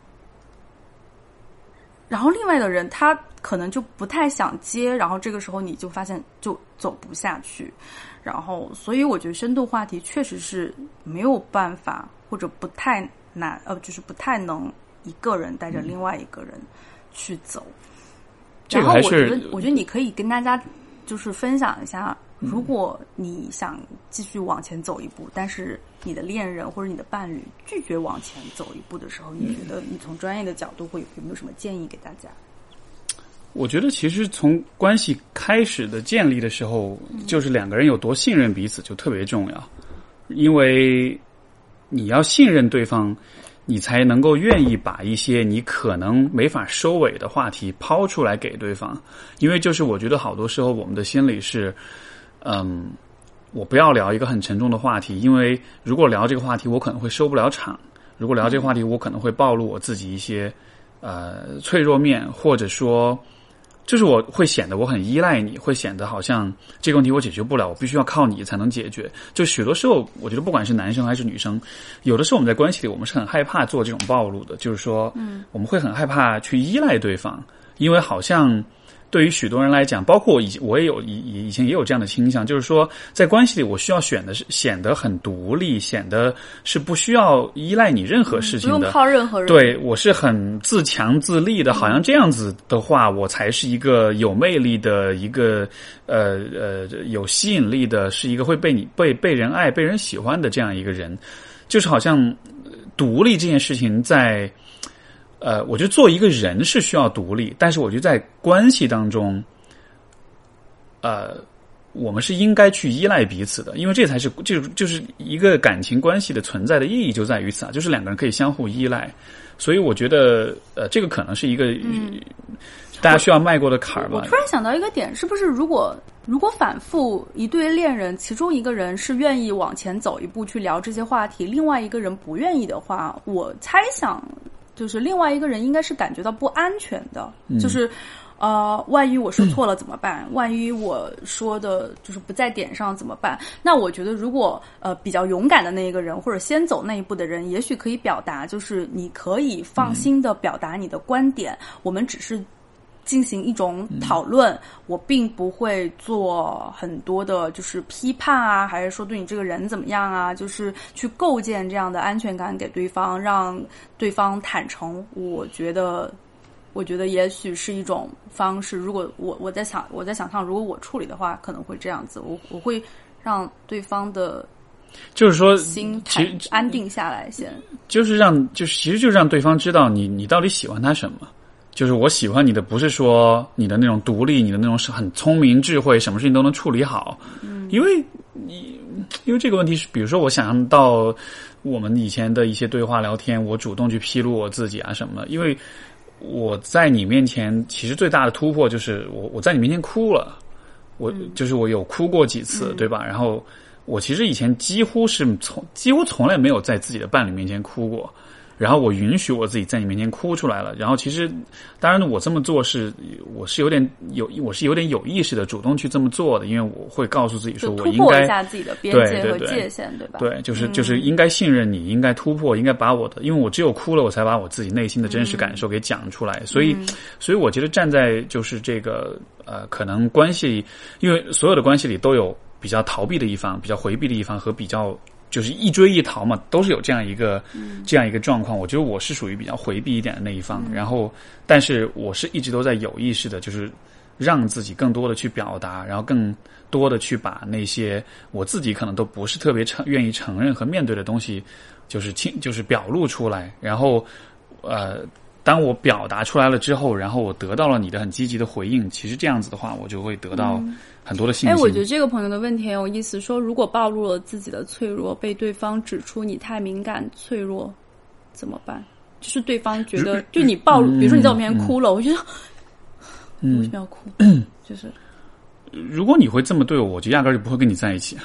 然后另外的人他可能就不太想接，然后这个时候你就发现就走不下去。然后所以我觉得深度话题确实是没有办法，或者不太难，就是不太能一个人带着另外一个人去走。 这个还是然后我觉得你可以跟大家就是分享一下，如果你想继续往前走一步，但是你的恋人或者你的伴侣拒绝往前走一步的时候，你觉得你从专业的角度有没有什么建议给大家？ 我觉得其实从关系开始的建立的时候，就是两个人有多信任彼此就特别重要。因为你要信任对方，你才能够愿意把一些你可能没法收尾的话题抛出来给对方。因为就是我觉得好多时候我们的心理是我不要聊一个很沉重的话题，因为如果聊这个话题我可能会收不了场，如果聊这个话题我可能会暴露我自己一些脆弱面，或者说就是我会显得我很依赖你，会显得好像这个问题我解决不了，我必须要靠你才能解决。就许多时候我觉得不管是男生还是女生，有的时候我们在关系里我们是很害怕做这种暴露的，就是说我们会很害怕去依赖对方，因为好像对于许多人来讲，包括我也有以前也有这样的倾向，就是说在关系里我需要显得很独立，显得是不需要依赖你任何事情的， 不用靠任何人。 对，我是很自强自立的，好像这样子的话我才是一个有魅力的，一个有吸引力的，是一个会被人爱被人喜欢的这样一个人。就是好像独立这件事情在我觉得做一个人是需要独立，但是我觉得在关系当中我们是应该去依赖彼此的，因为这才是就是一个感情关系的存在的意义就在于此啊，就是两个人可以相互依赖。所以我觉得这个可能是一个大家需要迈过的坎儿吧。 我突然想到一个点，是不是如果反复一对恋人，其中一个人是愿意往前走一步去聊这些话题，另外一个人不愿意的话，我猜想就是另外一个人应该是感觉到不安全的，就是万一我说错了怎么办？万一我说的就是不在点上怎么办？那我觉得如果比较勇敢的那一个人，或者先走那一步的人，也许可以表达，就是你可以放心的表达你的观点，我们只是进行一种讨论，我并不会做很多的就是批判啊，还是说对你这个人怎么样啊，就是去构建这样的安全感给对方，让对方坦诚。我觉得也许是一种方式。如果我在想象，如果我处理的话，可能会这样子，我会让对方的就是说心安定下来先， 其实就让对方知道你到底喜欢他什么。就是我喜欢你的不是说你的那种独立，你的那种是很聪明智慧，什么事情都能处理好。因为这个问题是，比如说我想象到我们以前的一些对话聊天，我主动去披露我自己啊什么的，因为我在你面前其实最大的突破就是我在你面前哭了，我有哭过几次，对吧？然后我其实以前几乎从来没有在自己的伴侣面前哭过，然后我允许我自己在你面前哭出来了。然后其实当然我这么做我是有点有意识的主动去这么做的，因为我会告诉自己说我应该突破一下自己的边界和界限， 对吧？ 对，就是应该信任你，应该突破，应该把我的，因为我只有哭了我才把我自己内心的真实感受给讲出来。所以我觉得站在就是这个可能关系，因为所有的关系里都有比较逃避的一方，比较回避的一方，和比较就是一追一逃嘛，都是有这样一个状况。我觉得我是属于比较回避一点的那一方，然后但是我是一直都在有意识的，就是让自己更多的去表达，然后更多的去把那些我自己可能都不是特别愿意承认和面对的东西，就是表露出来。然后当我表达出来了之后，然后我得到了你的很积极的回应，其实这样子的话，我就会得到很多的信心。 我觉得这个朋友的问题很有意思，说如果暴露了自己的脆弱，被对方指出你太敏感脆弱怎么办？就是对方觉得就你暴露，比如说你在我面前哭了，我觉得为什么要哭？就是如果你会这么对我，我就压根儿就不会跟你在一起啊。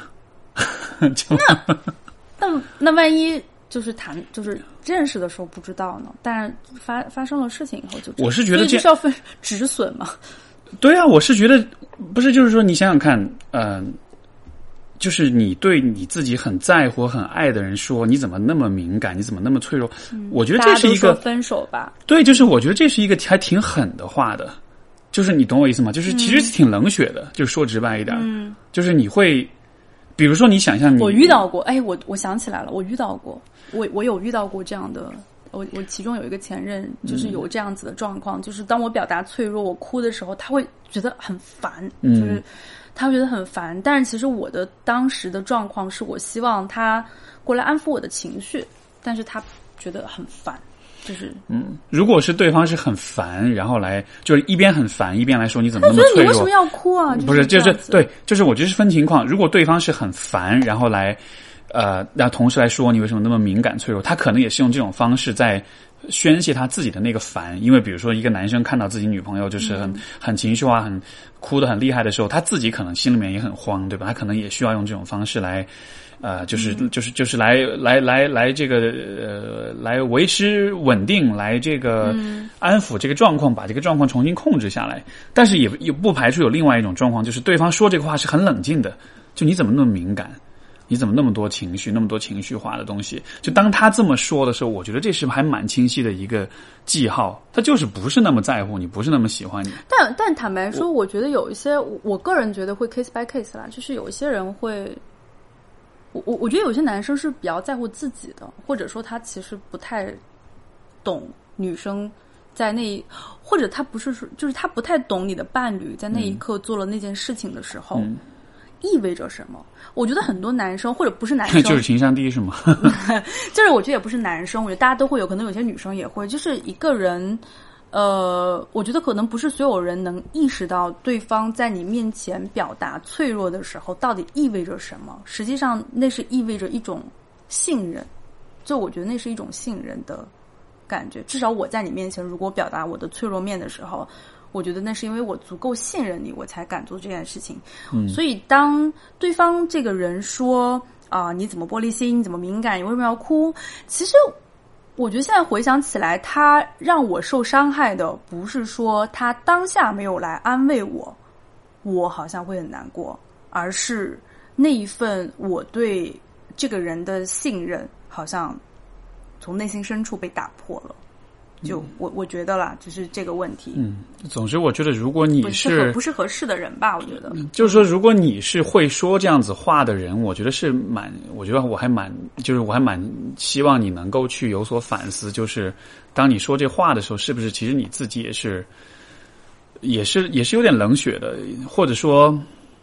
那万一就是就是认识的时候不知道呢？但发生了事情以后就知道， 我是觉得这是要分止损嘛。 对啊，我是觉得不是，就是说你想想看，就是你对你自己很在乎、很爱的人说，你怎么那么敏感，你怎么那么脆弱？我觉得这是一个分手吧。 对，就是我觉得这是一个还挺狠的话的，就是你懂我意思吗？就是其实挺冷血的，就说直白一点，就是你会，比如说你想象我遇到过，我想起来了，我遇到过，我有遇到过这样的。我其中有一个前任，就是有这样子的状况，就是当我表达脆弱，我哭的时候，他会觉得很烦，就是他会觉得很烦。但是其实我的当时的状况是我希望他过来安抚我的情绪，但是他觉得很烦，就是如果是对方是很烦，然后来就是一边很烦一边来说你怎么那么脆弱， 你为什么要哭啊？ 不是，就是对，就是我觉得是分情况。如果对方是很烦，然后来然后同时来说你为什么那么敏感脆弱，他可能也是用这种方式在宣泄他自己的那个烦。因为比如说一个男生看到自己女朋友就是很情绪化、很哭得很厉害的时候，他自己可能心里面也很慌，对吧？他可能也需要用这种方式来就是来这个来维持稳定，来这个安抚这个状况，把这个状况重新控制下来。但是也不排除有另外一种状况，就是对方说这个话是很冷静的，就你怎么那么敏感，你怎么那么多情绪，那么多情绪化的东西。就当他这么说的时候，我觉得这是还蛮清晰的一个记号，他就是不是那么在乎你，不是那么喜欢你。 但坦白说，我觉得有一些，我个人觉得会 case by case 啦，就是有一些人会，我觉得有些男生是比较在乎自己的，或者说他其实不太懂女生在或者他不是说，就是他不太懂你的伴侣在那一刻做了那件事情的时候意味着什么。我觉得很多男生，或者不是男生就是情商低是吗？ 就是我觉得也不是男生，我觉得大家都会有，可能有些女生也会，就是一个人我觉得可能不是所有人能意识到对方在你面前表达脆弱的时候到底意味着什么。实际上那是意味着一种信任，就我觉得那是一种信任的感觉。至少我在你面前如果表达我的脆弱面的时候，我觉得那是因为我足够信任你，我才敢做这件事情。所以当对方这个人说你怎么玻璃心，你怎么敏感，你为什么要哭，其实我觉得现在回想起来，他让我受伤害的不是说他当下没有来安慰我好像会很难过，而是那一份我对这个人的信任好像从内心深处被打破了。就我觉得啦，就是这个问题。 总之我觉得如果你是不是合适的人吧，我觉得就是说如果你是会说这样子话的人，我觉得我还蛮希望你能够去有所反思，就是当你说这话的时候，是不是其实你自己也是有点冷血的，或者说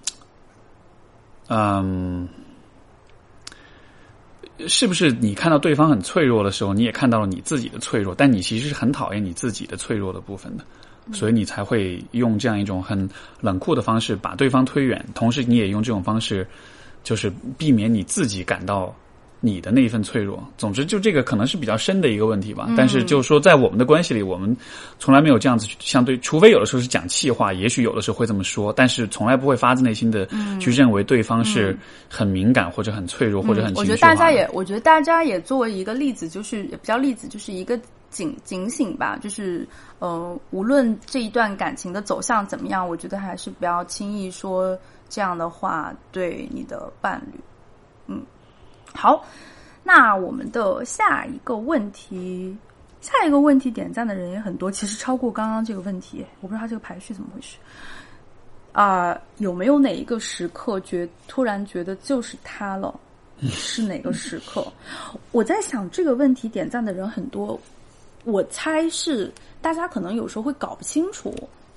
是不是你看到对方很脆弱的时候，你也看到了你自己的脆弱，但你其实是很讨厌你自己的脆弱的部分的，所以你才会用这样一种很冷酷的方式把对方推远，同时你也用这种方式就是避免你自己感到你的那一份脆弱。总之就这个可能是比较深的一个问题吧，但是就是说在我们的关系里，我们从来没有这样子相对，除非有的时候是讲气话，也许有的时候会这么说，但是从来不会发自内心的去认为对方是很敏感或者很脆弱或者很情绪化的。 我觉得大家也作为一个例子，就是也不叫例子，就是一个警醒吧，就是无论这一段感情的走向怎么样，我觉得还是不要轻易说这样的话对你的伴侣。好，那我们的下一个问题点赞的人也很多，其实超过刚刚这个问题，我不知道他这个排序怎么回事。有没有哪一个时刻突然觉得就是他了？是哪个时刻？我在想这个问题点赞的人很多，我猜是大家可能有时候会搞不清楚，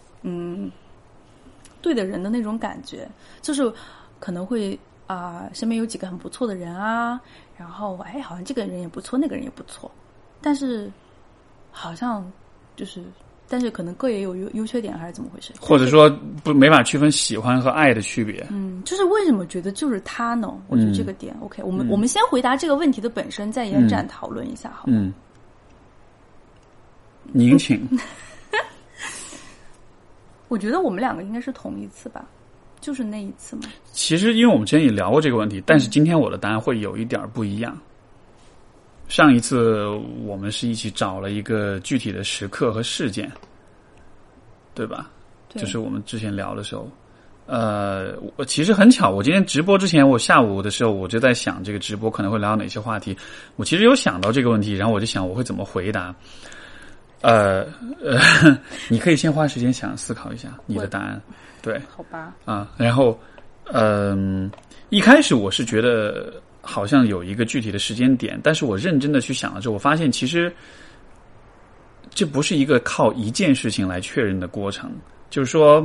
对的人的那种感觉，就是可能会身边有几个很不错的人啊，然后好像这个人也不错，那个人也不错，但是好像就是但是可能各也有优缺点还是怎么回事？ 或者说没法区分喜欢和爱的区别。 就是为什么觉得就是他呢？我觉得这个点，OK，我们先回答这个问题的本身，再延展讨论一下，好吗？ 您请。 我觉得我们两个应该是同一次吧，就是那一次嘛。 其实因为我们之前也聊过这个问题，但是今天我的答案会有一点不一样。上一次我们是一起找了一个具体的时刻和事件，对吧？ 对， 就是我们之前聊的时候，我其实很巧，我今天直播之前，我下午的时候我就在想这个直播可能会聊到哪些话题，我其实有想到这个问题，然后我就想我会怎么回答。你可以先花时间思考一下你的答案，对， 好吧？ 然后，一开始我是觉得好像有一个具体的时间点，但是我认真的去想了之后，我发现其实这不是一个靠一件事情来确认的过程，就是说，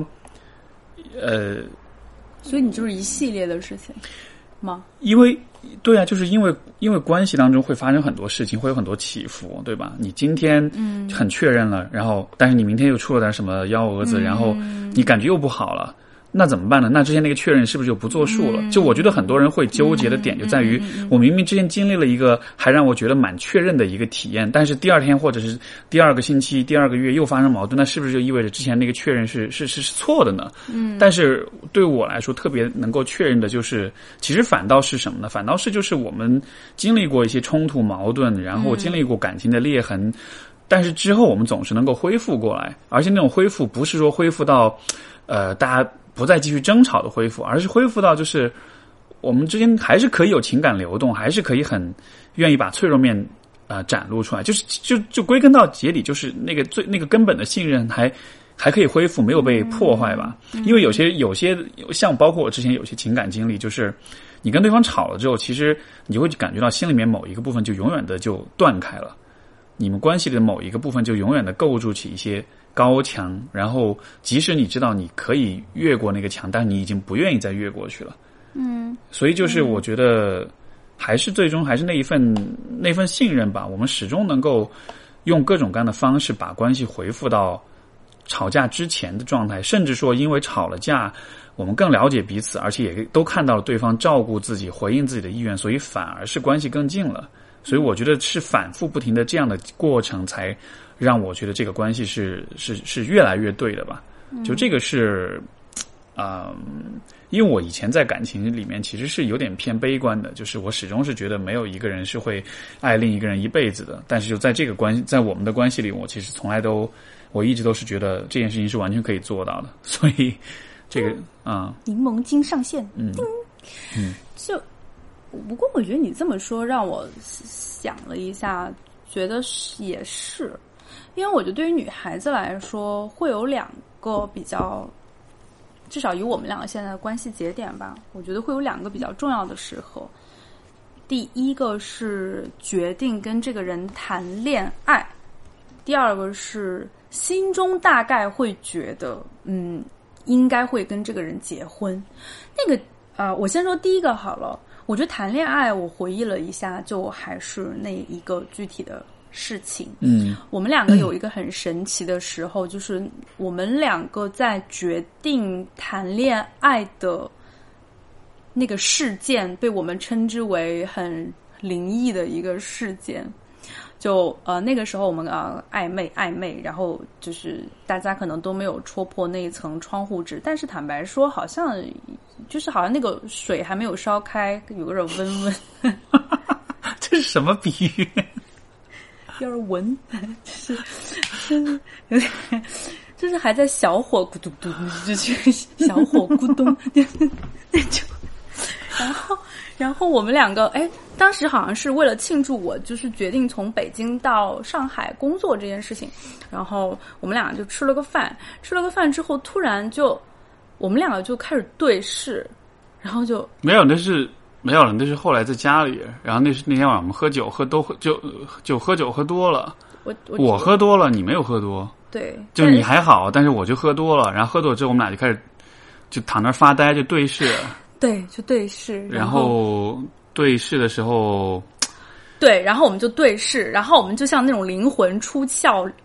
所以你就是一系列的事情吗？ 对啊，就是因为关系当中会发生很多事情，会有很多起伏，对吧？你今天很确认了，然后但是你明天又出了点什么幺蛾子，然后你感觉又不好了，那怎么办呢？那之前那个确认是不是就不作数了？就我觉得很多人会纠结的点就在于，我明明之前经历了一个还让我觉得蛮确认的一个体验，但是第二天或者是第二个星期、第二个月又发生矛盾，那是不是就意味着之前那个确认是错的呢？但是对我来说特别能够确认的就是，其实反倒是什么呢？反倒是就是我们经历过一些冲突矛盾，然后经历过感情的裂痕，但是之后我们总是能够恢复过来，而且那种恢复不是说恢复到大家不再继续争吵的恢复，而是恢复到就是我们之间还是可以有情感流动，还是可以很愿意把脆弱面展露出来，就归根到结底就是那个根本的信任还可以恢复，没有被破坏吧。因为有些像包括我之前有些情感经历，就是你跟对方吵了之后，其实你会感觉到心里面某一个部分就永远的就断开了，你们关系的某一个部分就永远的构筑起一些高墙，然后即使你知道你可以越过那个墙，但你已经不愿意再越过去了。所以就是我觉得还是最终还是那份信任吧，我们始终能够用各种各样的方式把关系回复到吵架之前的状态，甚至说因为吵了架我们更了解彼此，而且也都看到了对方照顾自己回应自己的意愿，所以反而是关系更近了。所以我觉得是反复不停的这样的过程才让我觉得这个关系是越来越对的吧。就这个是因为我以前在感情里面其实是有点偏悲观的，就是我始终是觉得没有一个人是会爱另一个人一辈子的，但是就在这个在我们的关系里，我其实我一直都是觉得这件事情是完全可以做到的。所以这个柠檬精上线，就不过我觉得你这么说让我想了一下，觉得也是，因为我觉得对于女孩子来说会有两个比较，至少以我们两个现在的关系节点吧，我觉得会有两个比较重要的时候。第一个是决定跟这个人谈恋爱，第二个是心中大概会觉得应该会跟这个人结婚。那个我先说第一个好了。我觉得谈恋爱我回忆了一下，就还是那一个具体的事情。我们两个有一个很神奇的时候，就是我们两个在决定谈恋爱的那个事件被我们称之为很灵异的一个事件。就那个时候我们暧昧，然后就是大家可能都没有戳破那一层窗户纸，但是坦白说好像那个水还没有烧开，有个人温这是什么比喻？ 有点闻，就是有点，就是还在小火咕咚咚，就是小火咕咚，那就然后我们两个当时好像是为了庆祝我就是决定从北京到上海工作这件事情，然后我们两个就吃了个饭之后，突然就我们两个就开始对视，然后就没有了，那是后来在家里，然后那天晚上我们喝酒就喝酒喝多了，我喝多了，你没有喝多， 对， 就你还好，但是我就喝多了，然后喝多了之后我们俩就开始就躺那儿发呆，就对视。 对，就对视， 然后对视的时候， 对，然后我们就对视，然后我们就像那种灵魂出窍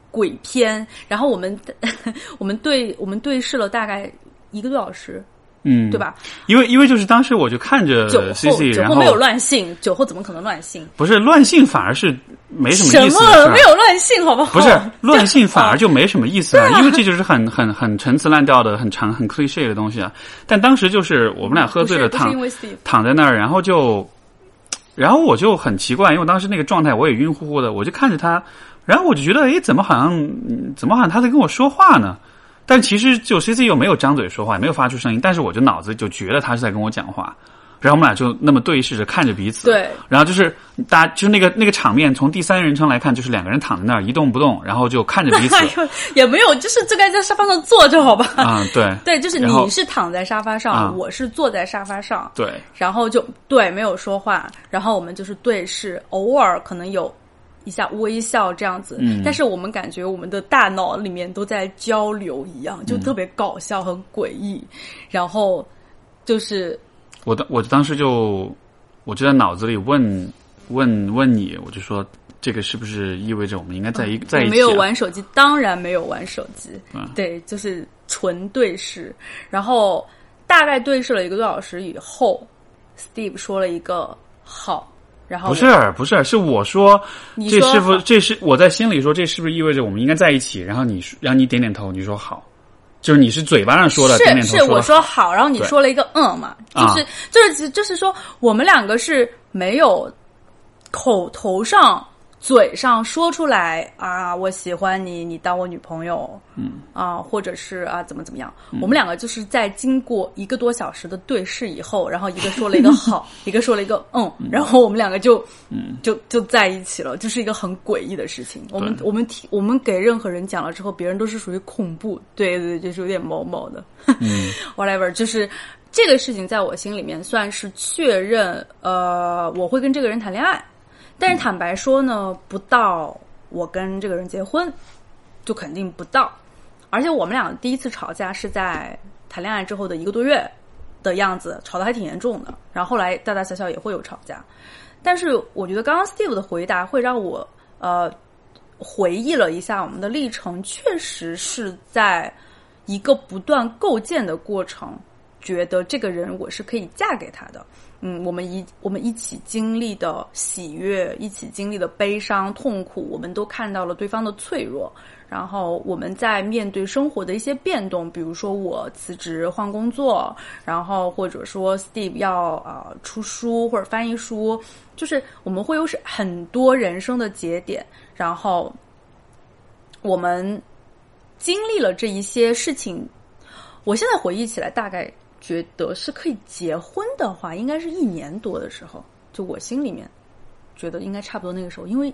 鬼片，然后我们对视了大概1个多小时。对吧？ 因为就是当时我就看着 CC， 酒后没有乱性，酒后怎么可能乱性？ 不是乱性，反而是没什么意思。 什么没有乱性，好不好？ 不是乱性，反而就没什么意思因为这就是很陈词滥调的、很长、很 cliché 的东西啊。但当时就是我们俩喝醉了，躺在那儿，然后我就很奇怪，因为我当时那个状态我也晕乎乎的，我就看着他，然后我就觉得，诶，怎么好像他在跟我说话呢？但其实就 CC 又没有张嘴说话，也没有发出声音，但是我就脑子就觉得他是在跟我讲话，然后我们俩就那么对视着看着彼此。 对， 然后就是大家就是那个场面，从第三人称来看，就是两个人躺在那儿一动不动，然后就看着彼此。 也没有，就是就该在沙发上坐着，好吧？ 对对，就是你是躺在沙发上，我是坐在沙发上， 对， 然后就对没有说话，然后我们就是对视，偶尔可能有一下微笑这样子，但是我们感觉我们的大脑里面都在交流一样，就特别搞笑和诡异。然后就是我当时我就在脑子里问你，我就说这个是不是意味着我们应该在一起？ 没有玩手机，当然没有玩手机，对，就是纯对视。然后大概对视了1个多小时以后 ，Steve 说了一个好。然后不是，是我说，这是我在心里说，这是不是意味着我们应该在一起？然后你点点头，你说好，就是你是嘴巴上说的，点点头是我说好，然后你说了一个嘛，就是说我们两个是没有口头上嘴上说出来啊，我喜欢你，你当我女朋友，或者是啊怎么样，我们两个就是在经过1个多小时的对视以后，然后一个说了一个好，一个说了一个然后我们两个就在一起了，就是一个很诡异的事情。我们给任何人讲了之后，别人都是属于恐怖，对，就是有点毛毛的，whatever， 就是这个事情在我心里面算是确认，我会跟这个人谈恋爱。但是坦白说呢，不到我跟这个人结婚，就肯定不到。而且我们俩第一次吵架是在谈恋爱之后的1个多月的样子，吵得还挺严重的。然后后来大大小小也会有吵架，但是我觉得刚刚 Steve 的回答会让我回忆了一下我们的历程，确实是在一个不断构建的过程，觉得这个人我是可以嫁给他的。我们一起经历的喜悦，一起经历的悲伤痛苦，我们都看到了对方的脆弱。然后我们在面对生活的一些变动，比如说我辞职换工作，然后或者说 Steve 要出书或者翻译书，就是我们会有很多人生的节点，然后我们经历了这一些事情。我现在回忆起来，大概觉得是可以结婚的话，应该是1年多的时候，就我心里面觉得应该差不多那个时候，因为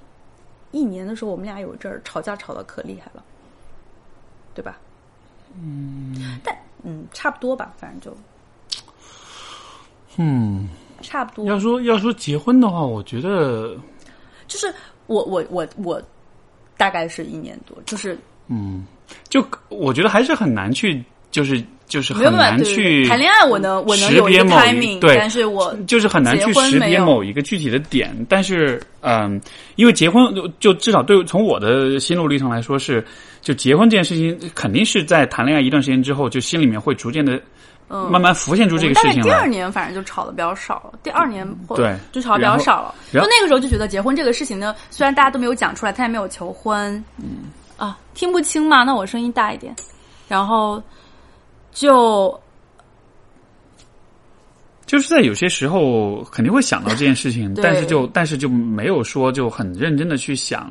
1年的时候我们俩有阵儿吵架吵得可厉害了，对吧？但差不多吧，反正就差不多。 要说结婚的话，我觉得就是我大概是1年多，就是就我觉得还是很难去就是很难去谈恋爱，我能有一个 timing， 对， 但是我就是很难去识别某一个具体的点。但是因为结婚就至少从我的心路历程来说是，就结婚这件事情肯定是在谈恋爱一段时间之后，就心里面会逐渐的慢慢浮现出这个事情来。 但是第2年反正就吵得比较少了，第2年对就吵得比较少了。就那个时候就觉得结婚这个事情呢，虽然大家都没有讲出来，他也没有求婚，听不清嘛，那我声音大一点，然后就是在有些时候肯定会想到这件事情，但是就没有说就很认真的去想，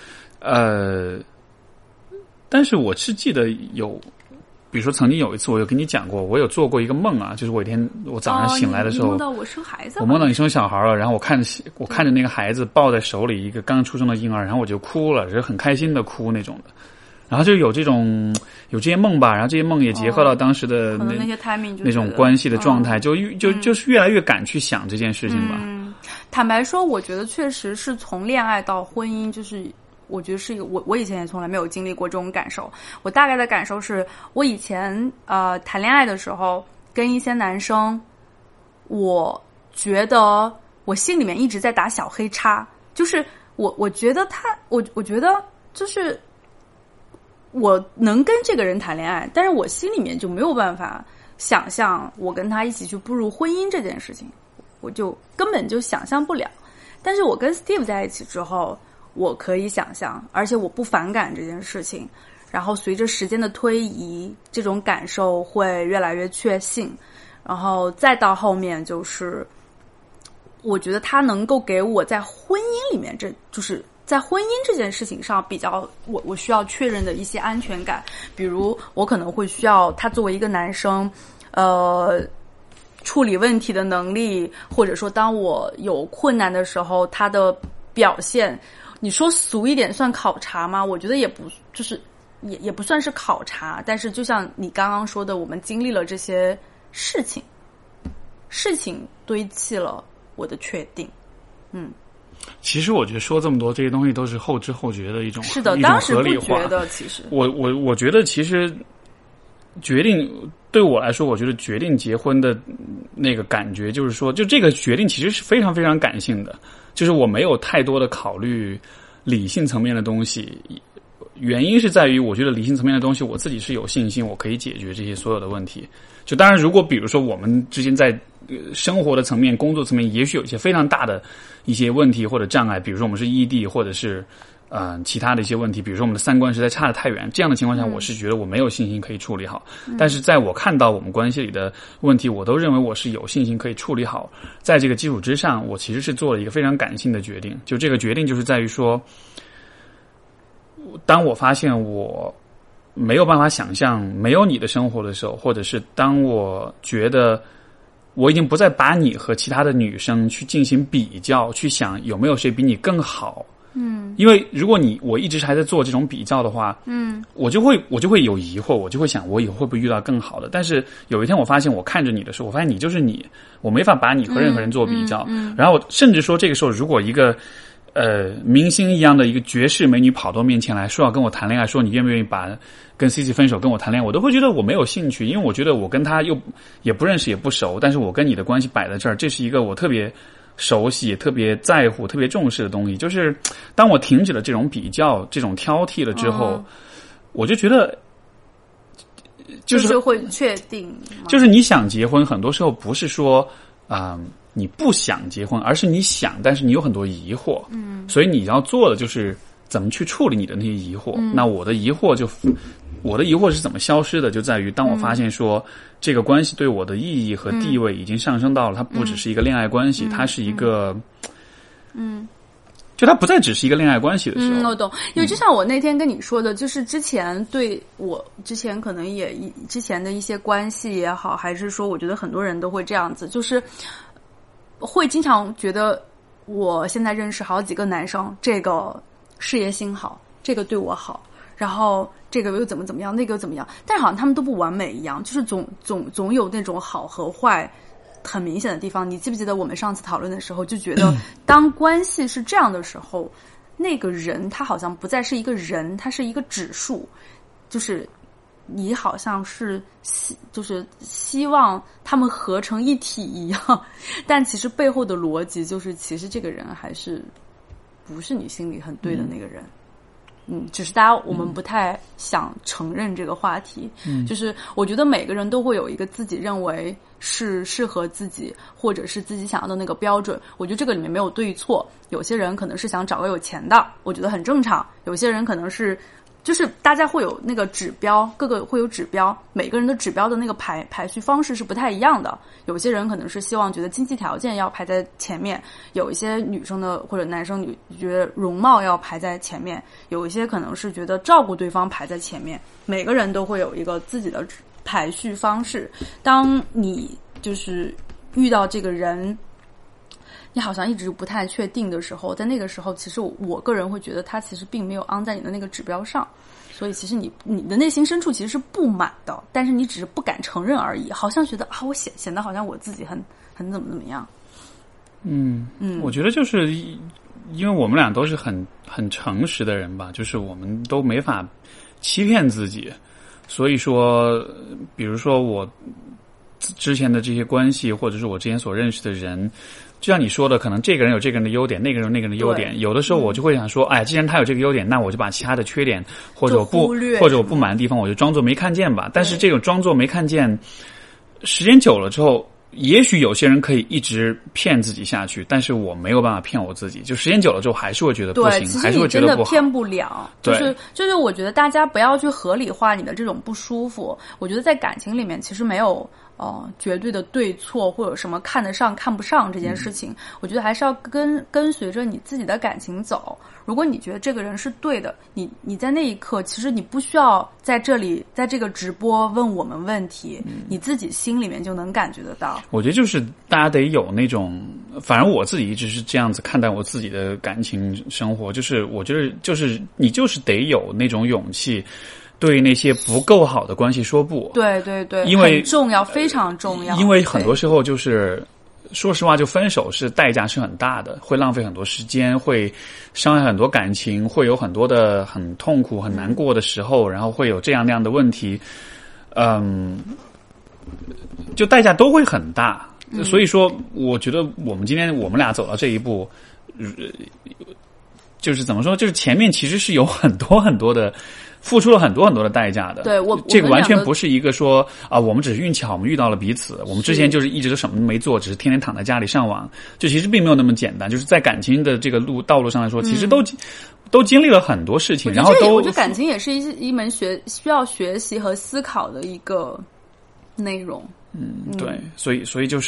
但是我是记得比如说曾经有一次我有跟你讲过，我有做过一个梦啊，就是我早上醒来的时候， 你梦到我生孩子， 我梦到你生小孩了，然后我看着那个孩子抱在手里，一个刚出生的婴儿，然后我就哭了，就是很开心的哭那种的。然后就有这些梦吧，然后这些梦也结合到当时的那些 timing 那种关系的状态，就是越来越敢去想这件事情吧。 坦白说，我觉得确实是从恋爱到婚姻，就是我觉得是一个我以前也从来没有经历过这种感受。我大概的感受是，我以前谈恋爱的时候跟一些男生，我觉得我心里面一直在打小黑叉，就是我觉得我觉得就是我能跟这个人谈恋爱，但是我心里面就没有办法想象我跟他一起去步入婚姻这件事情，我就根本就想象不了。但是我跟 Steve 在一起之后，我可以想象，而且我不反感这件事情。然后随着时间的推移，这种感受会越来越确信。然后再到后面，就是我觉得他能够给我在婚姻里面，这就是在婚姻这件事情上比较我需要确认的一些安全感。比如我可能会需要他作为一个男生处理问题的能力，或者说当我有困难的时候他的表现，你说俗一点算考察吗？我觉得也不，就是也不算是考察。但是就像你刚刚说的，我们经历了这些事情堆砌了我的确定。 其实我觉得说这么多这些东西都是后知后觉的一种， 是的， 一种当时不合理化。 觉得，其实我觉得其实决定对我来说，我觉得决定结婚的那个感觉就是说，就这个决定其实是非常非常感性的，就是我没有太多的考虑理性层面的东西。原因是在于，我觉得理性层面的东西，我自己是有信心，我可以解决这些所有的问题。就当然，如果比如说我们之间在生活的层面、工作层面，也许有一些非常大的一些问题或者障碍，比如说我们是异地，或者是其他的一些问题，比如说我们的三观实在差得太远，这样的情况下，我是觉得我没有信心可以处理好。但是在我看到我们关系里的问题，我都认为我是有信心可以处理好。在这个基础之上，我其实是做了一个非常感性的决定。就这个决定就是在于说，当我发现我没有办法想象没有你的生活的时候，或者是当我觉得我已经不再把你和其他的女生去进行比较，去想有没有谁比你更好。因为如果我一直还在做这种比较的话，我就会有疑惑，我就会想我以后会不会遇到更好的。但是有一天我发现我看着你的时候，我发现你就是你，我没法把你和任何人做比较。然后我甚至说这个时候如果一个明星一样的一个绝世美女跑到面前来说要跟我谈恋爱，说你愿不愿意跟 CC 分手跟我谈恋爱，我都会觉得我没有兴趣，因为我觉得我跟他也不认识也不熟，但是我跟你的关系摆在这儿，这是一个我特别熟悉也特别在乎特别重视的东西。就是当我停止了这种比较这种挑剔了之后，我就觉得就是会确定， 就是你想结婚很多时候不是说你不想结婚，而是你想，但是你有很多疑惑，所以你要做的就是怎么去处理你的那些疑惑。那我的疑惑是怎么消失的，就在于当我发现说这个关系对我的意义和地位已经上升到了，它不只是一个恋爱关系，它是一个就它不再只是一个恋爱关系的时候。 我懂。因为就像我那天跟你说的，就是之前对我之前可能也之前的一些关系也好，还是说我觉得很多人都会这样子，就是会经常觉得我现在认识好几个男生，这个事业心好，这个对我好，然后这个又怎么样，那个又怎么样，但是好像他们都不完美一样，就是总有那种好和坏很明显的地方。你记不记得我们上次讨论的时候就觉得当关系是这样的时候，那个人他好像不再是一个人，他是一个指数，就是你好像是希望他们合成一体一样，但其实背后的逻辑就是其实这个人还是不是你心里很对的那个人。只是我们不太想承认这个话题。就是我觉得每个人都会有一个自己认为是适合自己或者是自己想要的那个标准，我觉得这个里面没有对错。有些人可能是想找个有钱的，我觉得很正常，有些人可能是就是大家会有那个指标，各个会有指标，每个人的指标的那个排序方式是不太一样的。有些人可能是希望觉得经济条件要排在前面，有一些女生的或者男生觉得容貌要排在前面，有一些可能是觉得照顾对方排在前面，每个人都会有一个自己的排序方式。当你就是遇到这个人你好像一直不太确定的时候，在那个时候其实我个人会觉得他其实并没有昂在你的那个指标上，所以其实你的内心深处其实是不满的，但是你只是不敢承认而已，好像觉得我显得好像我自己很怎么样。 我觉得就是因为我们俩都是很诚实的人吧，就是我们都没法欺骗自己，所以说比如说我之前的这些关系，或者是我之前所认识的人， 就像你说的，可能这个人有这个人的优点，那个人有那个人的优点。有的时候我就会想说，哎，既然他有这个优点，那我就把其他的缺点或者我不满的地方，我就装作没看见吧。但是这种装作没看见，时间久了之后，也许有些人可以一直骗自己下去，但是我没有办法骗我自己。就时间久了之后，还是会觉得不行，还是会觉得不好。对，其实你真的骗不了。就是我觉得大家不要去合理化你的这种不舒服。我觉得在感情里面，其实没有绝对的对错或者什么看得上看不上这件事情。我觉得还是要跟随着你自己的感情走。如果你觉得这个人是对的，你在那一刻其实你不需要在这里在这个直播问我们问题，你自己心里面就能感觉得到。 我觉得就是大家得有那种，反正我自己一直是这样子看待我自己的感情生活，就是我觉得就是你就是得有那种勇气，对那些不够好的关系说不。 对对对， 因为很重要，非常重要。 因为很多时候就是说实话，就分手是代价是很大的，会浪费很多时间，会伤害很多感情，会有很多的很痛苦很难过的时候，然后会有这样那样的问题，就代价都会很大。所以说我觉得我们今天我们俩走到这一步，就是怎么说，就是前面其实是有很多很多的付出了很多很多的代价的。 对， 这个完全不是一个说啊，我们只是运气好，我们遇到了彼此。我们之前就是一直都什么都没做，只是天天躺在家里上网，就其实并没有那么简单。就是在感情的这个道路上来说，其实都经历了很多事情，然后我觉得感情也是一门需要学习和思考的一个内容。 对，所以就是。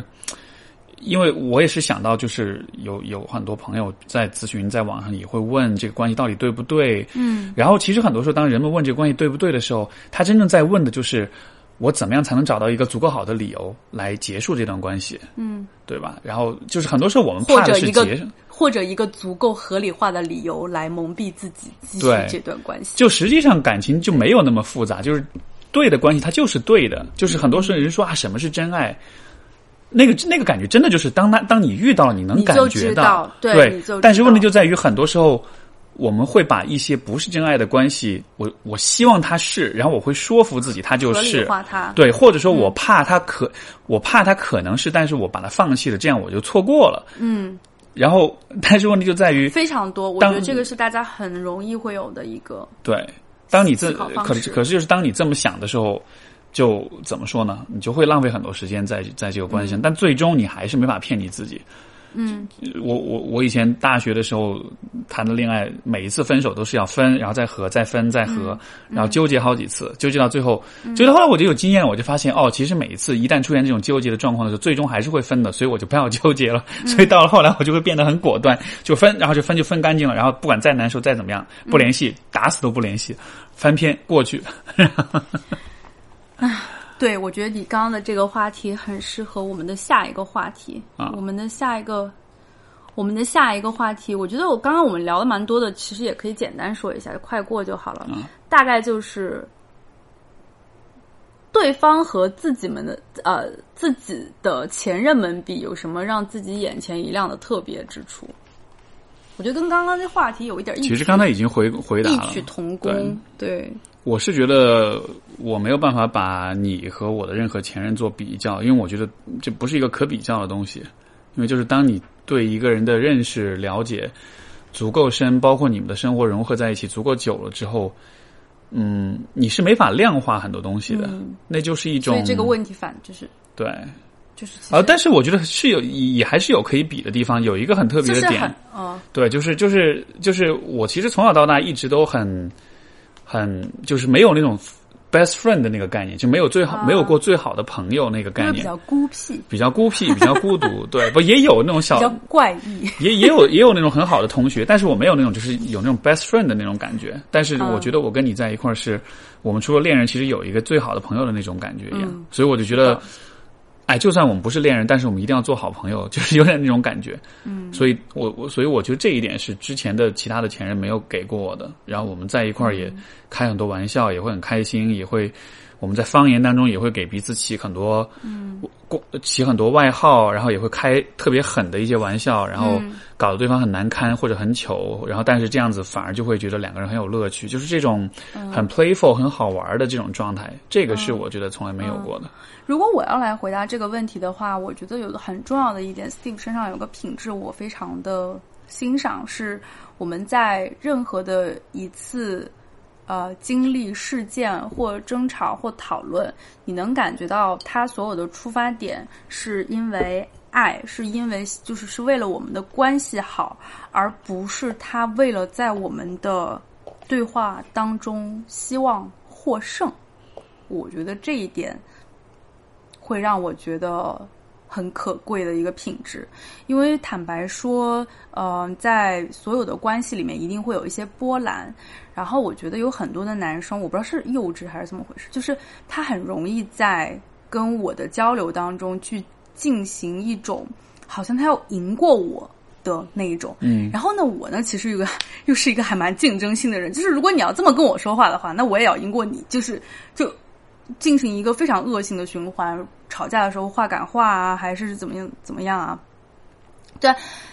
因为我也是想到，就是有很多朋友在咨询，在网上也会问这个关系到底对不对。然后其实很多时候，当人们问这个关系对不对的时候，他真正在问的就是我怎么样才能找到一个足够好的理由来结束这段关系，对吧？然后就是很多时候我们怕的是或者一个足够合理化的理由来蒙蔽自己继续这段关系。 就实际上感情就没有那么复杂，就是对的关系它就是对的，就是很多时候人说啊什么是真爱。那个感觉真的就是当你遇到了，你能感觉到，对。但是问题就在于，很多时候我们会把一些不是真爱的关系，我希望它是，然后我会说服自己它就是， 合理化它， 对，或者说我怕它可能是，但是我把它放弃了，这样我就错过了。然后，但是问题就在于非常多，我觉得这个是大家很容易会有的一个对。当你可是就是当你这么想的时候。就怎么说呢？你就会浪费很多时间在这个关系上，但最终你还是没法骗你自己。我以前大学的时候谈的恋爱，每一次分手都是要分，然后再合，再分，再合，然后纠结好几次，纠结到最后，纠结到后来我就有经验了，我就发现其实每一次一旦出现这种纠结的状况的时候，最终还是会分的，所以我就不要纠结了。所以到了后来，我就会变得很果断，就分，然后就分干净了，然后不管再难受再怎么样，不联系，打死都不联系，翻篇过去。 对，我觉得你刚刚的这个话题很适合我们的下一个话题。我们的下一个话题，我觉得刚刚我们聊了蛮多的，其实也可以简单说一下，快过就好了。大概就是对方和自己的前任们比，有什么让自己眼前一亮的特别之处？我觉得跟刚刚这话题有一点其实刚才已经回答了， 异曲同工。对。 我是觉得我没有办法把你和我的任何前任做比较，因为我觉得这不是一个可比较的东西。因为就是当你对一个人的认识了解足够深，包括你们的生活融合在一起足够久了之后，你是没法量化很多东西的。那就是一种， 所以这个问题就是对，就是但是我觉得是也还是有可以比的地方。有一个很特别的点，对，就是我其实从小到大一直都很就是没有那种 best friend 的那个概念，就没有没有过最好的朋友那个概念， 比较孤僻， 比较孤独。对，不也有那种比较怪异， 也有那种很好的同学，但是我没有那种就是有那种 best friend 的那种感觉。但是我觉得我跟你在一块儿是，我们除了恋人，其实有一个最好的朋友的那种感觉一样。所以我就觉得，就算我们不是恋人，但是我们一定要做好朋友，就是有点那种感觉。所以我觉得这一点是之前的其他的前任没有给过我的。然后我们在一块儿也开很多玩笑，也会很开心，也会我们在方言当中也会给彼此起很多起很多外号，然后也会开特别狠的一些玩笑，然后搞得对方很难堪或者很糗，然后但是这样子反而就会觉得两个人很有乐趣，就是这种很 playful 很好玩的这种状态，这个是我觉得从来没有过的。 如果我要来回答这个问题的话，我觉得有个很重要的一点 Steve 身上有个品质我非常的欣赏，是我们在任何的一次经历事件或争吵或讨论，你能感觉到他所有的出发点是因为爱，是因为是为了我们的关系好，而不是他为了在我们的对话当中希望获胜。我觉得这一点会让我觉得很可贵的一个品质，因为坦白说在所有的关系里面一定会有一些波澜，然后我觉得有很多的男生，我不知道是幼稚还是怎么回事，就是他很容易在跟我的交流当中去进行一种好像他要赢过我的那一种，然后呢，我呢其实又是一个还蛮竞争性的人，就是如果你要这么跟我说话的话，那我也要赢过你，就进行一个非常恶性的循环，吵架的时候话赶话啊，还是怎么样啊？对，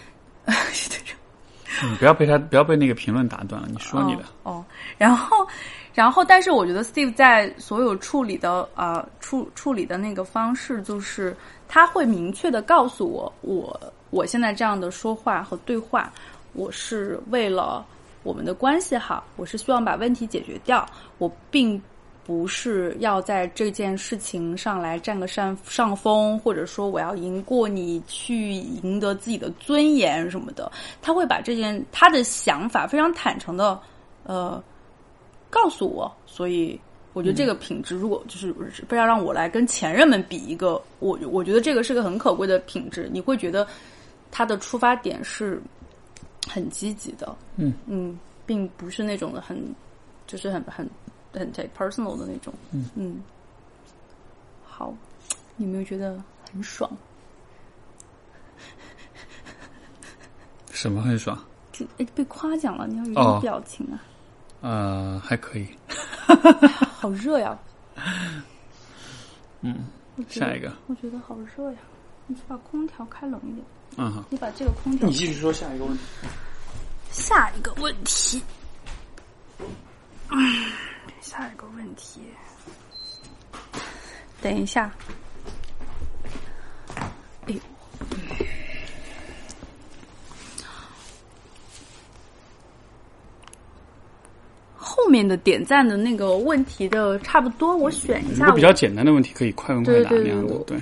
你不要被那个评论打断了，你说你的。 然后，但是我觉得 Steve 在所有处理的处理的那个方式，就是他会明确的告诉我现在这样的说话和对话，我是为了我们的关系好，我是希望把问题解决掉，我并不是要在这件事情上来占个上风，或者说我要赢过你，去赢得自己的尊严什么的。他会把他的想法非常坦诚的告诉我，所以我觉得这个品质，如果就是不要让我来跟前任们比一个，我觉得这个是个很可贵的品质。你会觉得他的出发点是很积极的，并不是那种很take personal 的那种，好，你有没有觉得很爽？ 什么很爽？ 被夸奖了，你要有点表情啊。 还可以。 好热呀。 下一个。 我觉得好热呀，你去把空调开冷一点。 好。 你把这个空调。 你继续说下一个问题。 下一个问题。下一个问题，等一下，哎呦，后面的点赞的那个问题的差不多，我选一下。 如果比较简单的问题，可以快问快答那样的，对。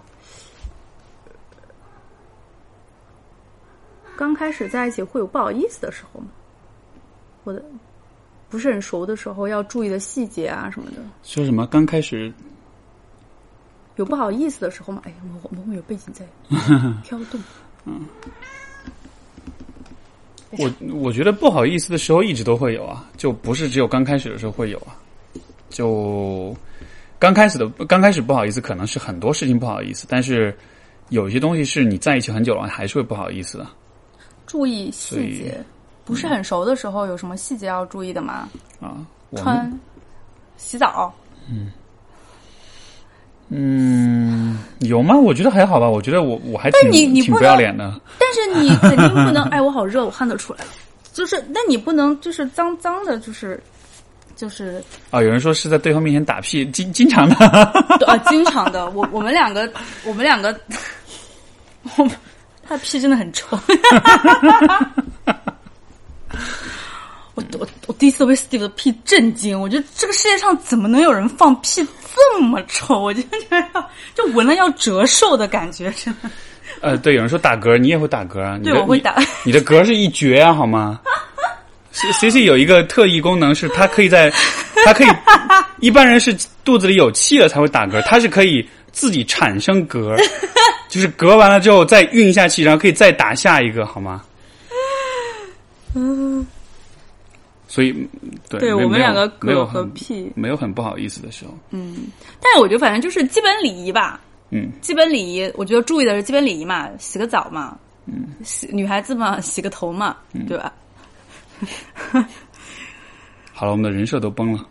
刚开始在一起会有不好意思的时候吗？不是很熟的时候要注意的细节啊什么的。 说什么？刚开始有不好意思的时候吗？哎呀，我们有背景在飘动。 我觉得不好意思的时候一直都会有啊，就不是只有刚开始的时候会有啊。就刚开始不好意思，可能是很多事情不好意思，但是有一些东西是你在一起很久了还是会不好意思的。 注意细节。不是很熟的时候有什么细节要注意的吗？洗澡。 有吗？我觉得还好吧。我觉得我还挺不要脸的。 但是你肯定不能，哎，我好热，我汗都出来了。就是，那你不能就是脏脏的，就是。 有人说是在对方面前打屁，经常的。 经常的。我们两个，他的屁真的很臭。我第一次为 Steve 的屁震惊，我觉得这个世界上怎么能有人放屁这么臭？我就觉得就闻了要折寿的感觉，真的。 对，有人说打嗝，你也会打嗝啊？ 对，我会打。 你的嗝是一绝啊，好吗？CC 有一个特异功能，是它可以一般人是肚子里有气了才会打嗝，它是可以自己产生嗝，就是嗝完了之后再运下气，然后可以再打下一个，好吗？所以对我们两个没有嗝屁没有很不好意思的时候。 但是我觉得反正就是基本礼仪吧。基本礼仪，我觉得注意的是基本礼仪嘛，洗个澡嘛，女孩子嘛，洗个头嘛，对吧？ 好了，我们的人设都崩了。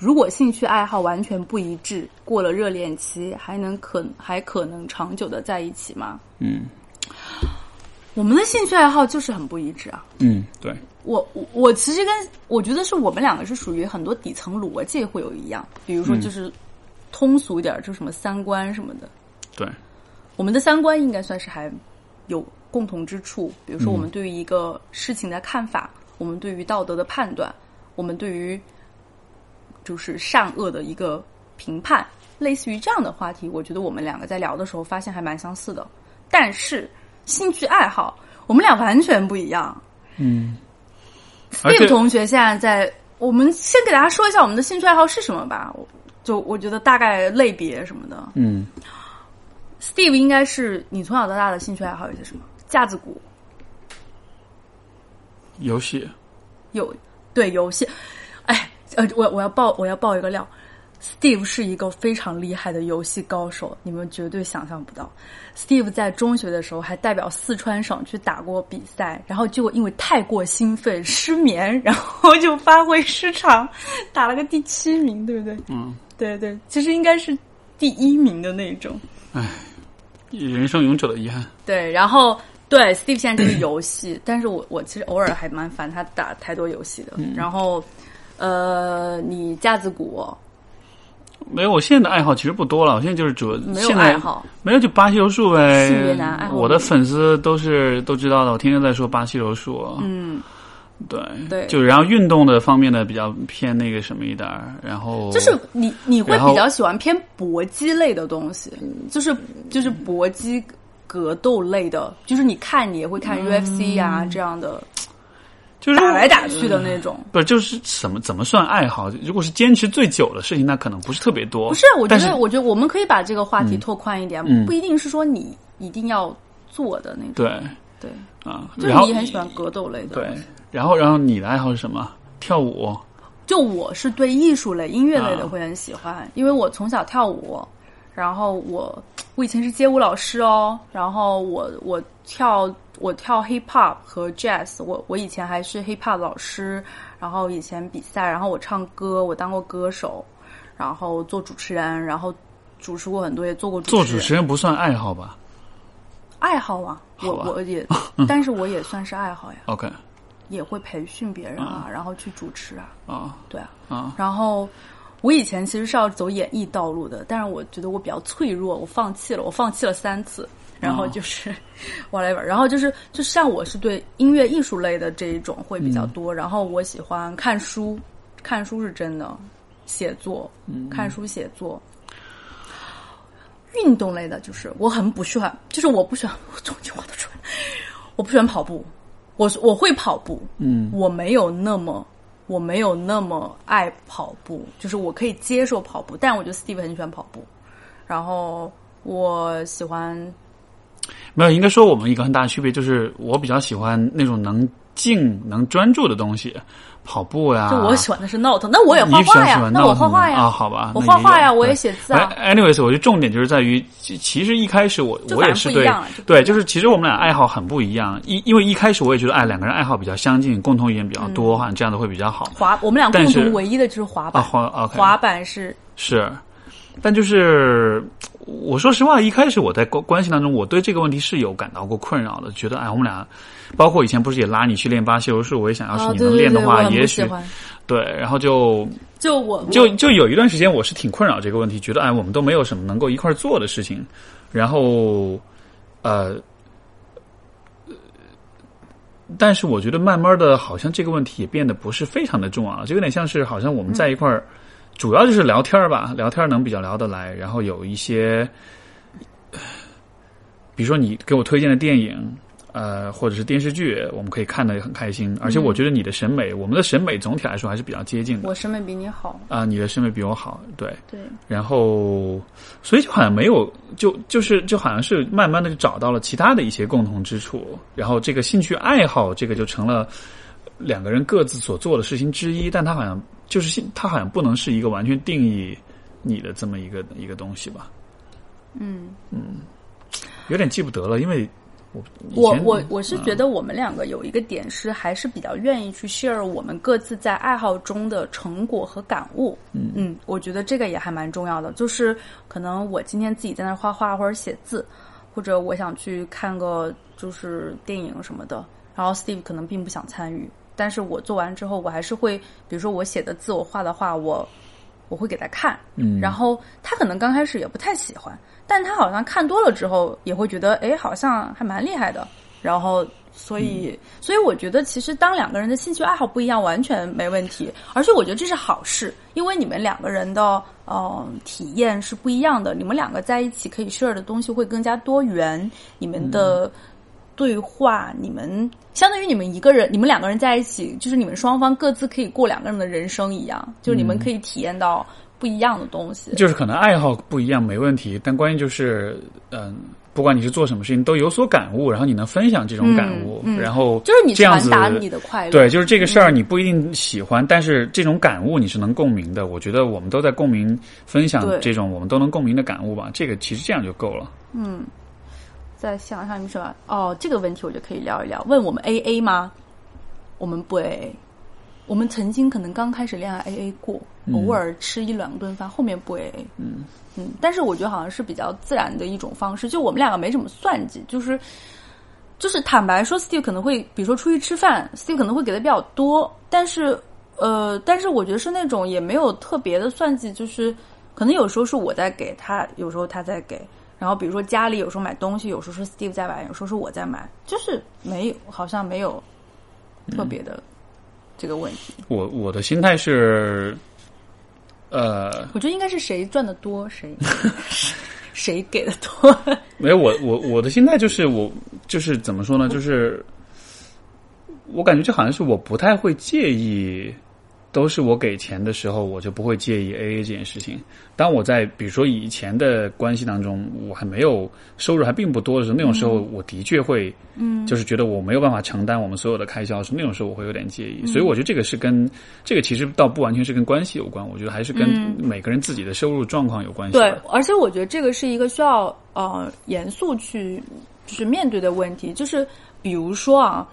如果兴趣爱好完全不一致，过了热恋期还可能长久的在一起吗？我们的兴趣爱好就是很不一致啊。 对。 我其实我觉得是我们两个是属于很多底层逻辑会有一样，比如说就是通俗一点，就什么三观什么的。 对， 我们的三观应该算是还有共同之处，比如说我们对于一个事情的看法，我们对于道德的判断，我们对于就是善恶的一个评判，类似于这样的话题，我觉得我们两个在聊的时候发现还蛮相似的。但是兴趣爱好我们俩完全不一样。Steve 同学现在我们先给大家说一下我们的兴趣爱好是什么吧，我觉得大概类别什么的。Steve 应该是你从小到大的兴趣爱好有些什么？架子鼓、 游戏， 对游戏。我要爆一个料。Steve 是一个非常厉害的游戏高手，你们绝对想象不到。Steve 在中学的时候还代表四川省去打过比赛，然后就因为太过兴奋失眠，然后就发挥失常，打了个第7名，对不对？对，其实应该是第1名的那种。 人生永久的遗憾。对， 然后对 Steve 现在这个游戏，但是我其实偶尔还蛮烦他打太多游戏的。然后你架子鼓。 没有，我现在的爱好其实不多了。我现在就是主要没有爱好， 没有就巴西柔术呗。 性别男爱好， 我的粉丝都知道的，我天天在说巴西柔术。对，就然后运动的方面的比较偏那个什么一点，然后就是你会比较喜欢偏搏击类的东西，就是搏击格斗类的，就是你也会看 UFC 啊这样的。就是打来打去的那种， 不是就是怎么算爱好？如果是坚持最久的事情，那可能不是特别多。 不是，我觉得我们可以把这个话题拓宽一点，不一定是说你一定要做的那种。对啊， 就是你很喜欢格斗类的。 对，然后你的爱好是什么？跳舞。 就我是对艺术类、音乐类的会很喜欢，因为我从小跳舞，然后我以前是街舞老师哦，然后我跳 hip hop 和 jazz， 我以前还是 hip hop 老师，然后以前比赛，然后我唱歌，我当过歌手，然后做主持人，然后主持过很多，也做过主持人。 做主持人不算爱好吧？ 爱好啊，我也但是我也算是爱好呀。 OK， 也会培训别人啊，然后去主持啊。对啊。 然后我以前其实是要走演艺道路的，但是我觉得我比较脆弱，我放弃了3次。然后就是 whatever， 然后就是像我是对音乐艺术类的这一种会比较多，然后我喜欢看书是真的，写作，看书写作。运动类的就是我很不喜欢，就是我不喜欢，这句话都出来，我不喜欢跑步，我会跑步，我没有那么爱跑步，就是我可以接受跑步，但我觉得 Steve 很喜欢跑步，然后我喜欢。 没有，应该说我们一个很大的区别就是我比较喜欢那种能专注的东西，跑步呀。 就我喜欢的是闹腾，那我也画画呀，那我画画呀。 好吧， 我画画呀，我也写字啊。 anyways， 我觉得重点就是在于，其实一开始我也是对，就是其实我们俩爱好很不一样。因为一开始我也觉得，两个人爱好比较相近，共同语言比较多，好像这样的会比较好。 我们俩共同唯一的就是滑板。滑板是。 但就是我说实话，一开始我在关系当中，我对这个问题是有感到过困扰的，觉得我们俩，包括以前不是也拉你去练巴西柔术，我也想要是你能练的话，也许对，然后就有一段时间我是挺困扰这个问题，觉得我们都没有什么能够一块做的事情，然后但是我觉得慢慢的，好像这个问题也变得不是非常的重要了，就有点像是好像我们在一块儿。主要就是聊天吧，聊天能比较聊得来，然后有一些，比如说你给我推荐的电影，或者是电视剧，我们可以看得很开心。而且我觉得你的审美，我们的审美总体来说还是比较接近的。 我审美比你好啊，你的审美比我好，对。 对。 然后，所以就好像没有，就好像是慢慢的就找到了其他的一些共同之处，然后这个兴趣爱好，这个就成了两个人各自所做的事情之一，但它好像不能是一个完全定义你的这么一个东西吧。有点记不得了，因为我是觉得我们两个有一个点是还是比较愿意去 share 我们各自在爱好中的成果和感悟。我觉得这个也还蛮重要的，就是可能我今天自己在那画画或者写字，或者我想去看个就是电影什么的，然后 Steve 可能并不想参与，但是我做完之后我还是会，比如说我写的字我画的画我会给他看，然后他可能刚开始也不太喜欢，但他好像看多了之后也会觉得好像还蛮厉害的，然后所以我觉得其实当两个人的兴趣爱好不一样完全没问题，而且我觉得这是好事，因为你们两个人的体验是不一样的，你们两个在一起可以 share 的东西会更加多元，你们的对话，你们相当于你们两个人在一起，就是你们双方各自可以过两个人的人生一样，就是你们可以体验到不一样的东西。就是可能爱好不一样没问题，但关键就是不管你是做什么事情都有所感悟，然后你能分享这种感悟，然后就是你传达你的快乐。 对，就是这个事儿你不一定喜欢，但是这种感悟你是能共鸣的。我觉得我们都在共鸣分享这种我们都能共鸣的感悟吧，这个其实这样就够了。 再想想你说这个问题我就可以聊一聊。问我们 AA 吗？我们不 AA。我们曾经可能刚开始恋爱 AA 过，偶尔吃1-2顿饭，后面不 AA。但是我觉得好像是比较自然的一种方式，就我们两个没什么算计，就是坦白说 Steve 可能会比如说出去吃饭 Steve 可能会给的比较多，但是我觉得是那种也没有特别的算计，就是可能有时候是我在给他，有时候他在给，然后比如说家里有时候买东西，有时候是 Steve 在买，有时候是我在买，就是好像没有特别的这个问题。我的心态是我觉得应该是谁赚的多谁给的多。 没有，我的心态就是就是怎么说呢，就是我感觉这好像是我不太会介意都是我给钱的时候，我就不会介意 AA 这件事情。当我在比如说以前的关系当中，我还没有收入还并不多的时候，那种时候我的确会就是觉得我没有办法承担我们所有的开销，是那种时候我会有点介意。所以我觉得这个是跟这个其实倒不完全是跟关系有关，我觉得还是跟每个人自己的收入状况有关系。 对，而且我觉得这个是一个需要严肃去就是面对的问题，就是比如说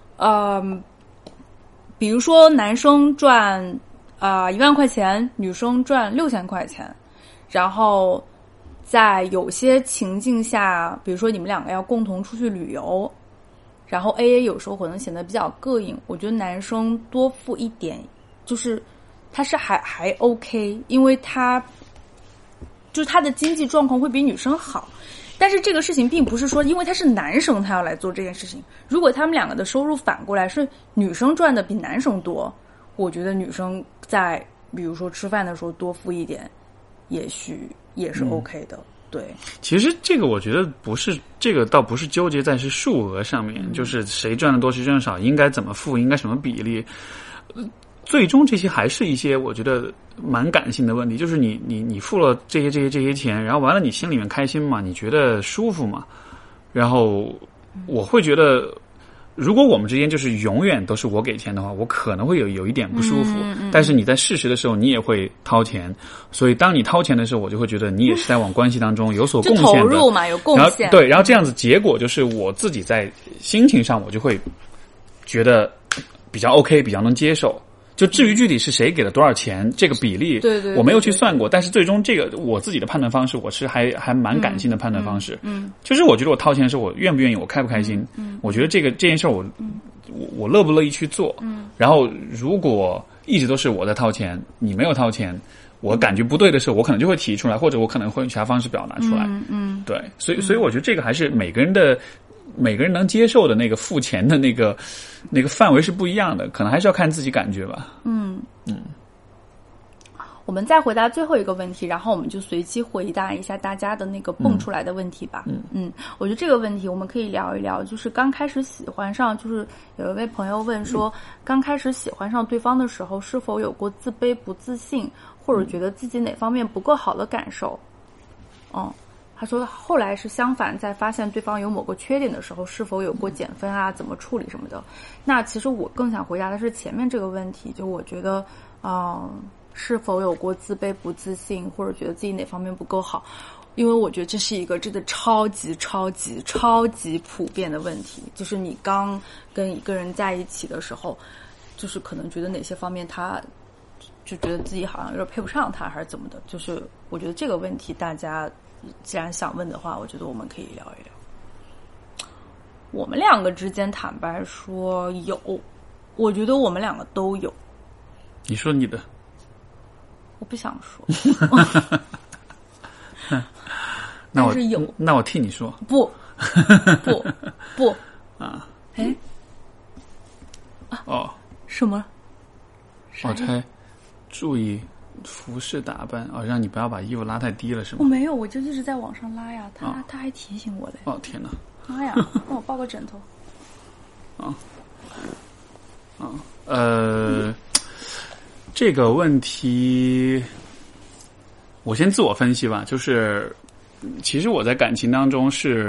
比如说男生赚1万块钱，女生赚6000块钱，然后在有些情境下，比如说你们两个要共同出去旅游，然后 AA 有时候可能显得比较膈应，我觉得男生多付一点，就是他是还 OK， 因为他的经济状况会比女生好。但是这个事情并不是说因为他是男生他要来做这件事情，如果他们两个的收入反过来是女生赚的比男生多，我觉得女生在比如说吃饭的时候多付一点也许也是 OK 的。对， 其实这个我觉得不是，这个倒不是纠结在是数额上面，就是谁赚的多谁赚的少应该怎么付，应该什么比例，最终这些还是一些我觉得蛮感性的问题，就是你付了这些钱，然后完了你心里面开心吗？你觉得舒服吗？然后我会觉得，如果我们之间就是永远都是我给钱的话，我可能会有一点不舒服。但是你在适时的时候，你也会掏钱，所以当你掏钱的时候，我就会觉得你也是在往关系当中有所贡献的， 就投入嘛，有贡献。 对，然后这样子结果就是我自己在心情上我就会觉得比较 OK， 比较能接受。就至于具体是谁给了多少钱，这个比例，对，我没有去算过，但是最终这个我自己的判断方式，我是还蛮感性的判断方式。就是我觉得我掏钱的时候，我愿不愿意，我开不开心，我觉得这件事儿我乐不乐意去做。然后如果一直都是我在掏钱，你没有掏钱，我感觉不对的时候，我可能就会提出来，或者我可能会用其他方式表达出来。对，所以我觉得这个还是每个人能接受的那个付钱的那个范围是不一样的，可能还是要看自己感觉吧。 我们再回答最后一个问题，然后我们就随机回答一下大家的那个蹦出来的问题吧。我觉得这个问题我们可以聊一聊，就是刚开始喜欢上，就是有一位朋友问说，刚开始喜欢上对方的时候，是否有过自卑、不自信，或者觉得自己哪方面不够好的感受？他说后来是相反，在发现对方有某个缺点的时候，是否有过减分啊，怎么处理什么的。那其实我更想回答的是前面这个问题，就我觉得是否有过自卑不自信，或者觉得自己哪方面不够好。 因为我觉得这是一个真的超级超级超级普遍的问题，就是你刚跟一个人在一起的时候，就是可能觉得哪些方面他就觉得自己好像有点配不上他，还是怎么的，就是我觉得这个问题大家既然想问的话，我觉得我们可以聊一聊。我们两个之间坦白说有，我觉得我们两个都有。 你说你的， 我不想说。但是有， 那我替你说。 不啊！ 哎， 哦， 什么？ 我猜注意服饰打扮哦，让你不要把衣服拉太低了，是吗？ 我没有，我就一直在往上拉呀。他还提醒我的。 哦天哪！ 妈呀，帮我抱个枕头。 这个问题，我先自我分析吧。就是，其实我在感情当中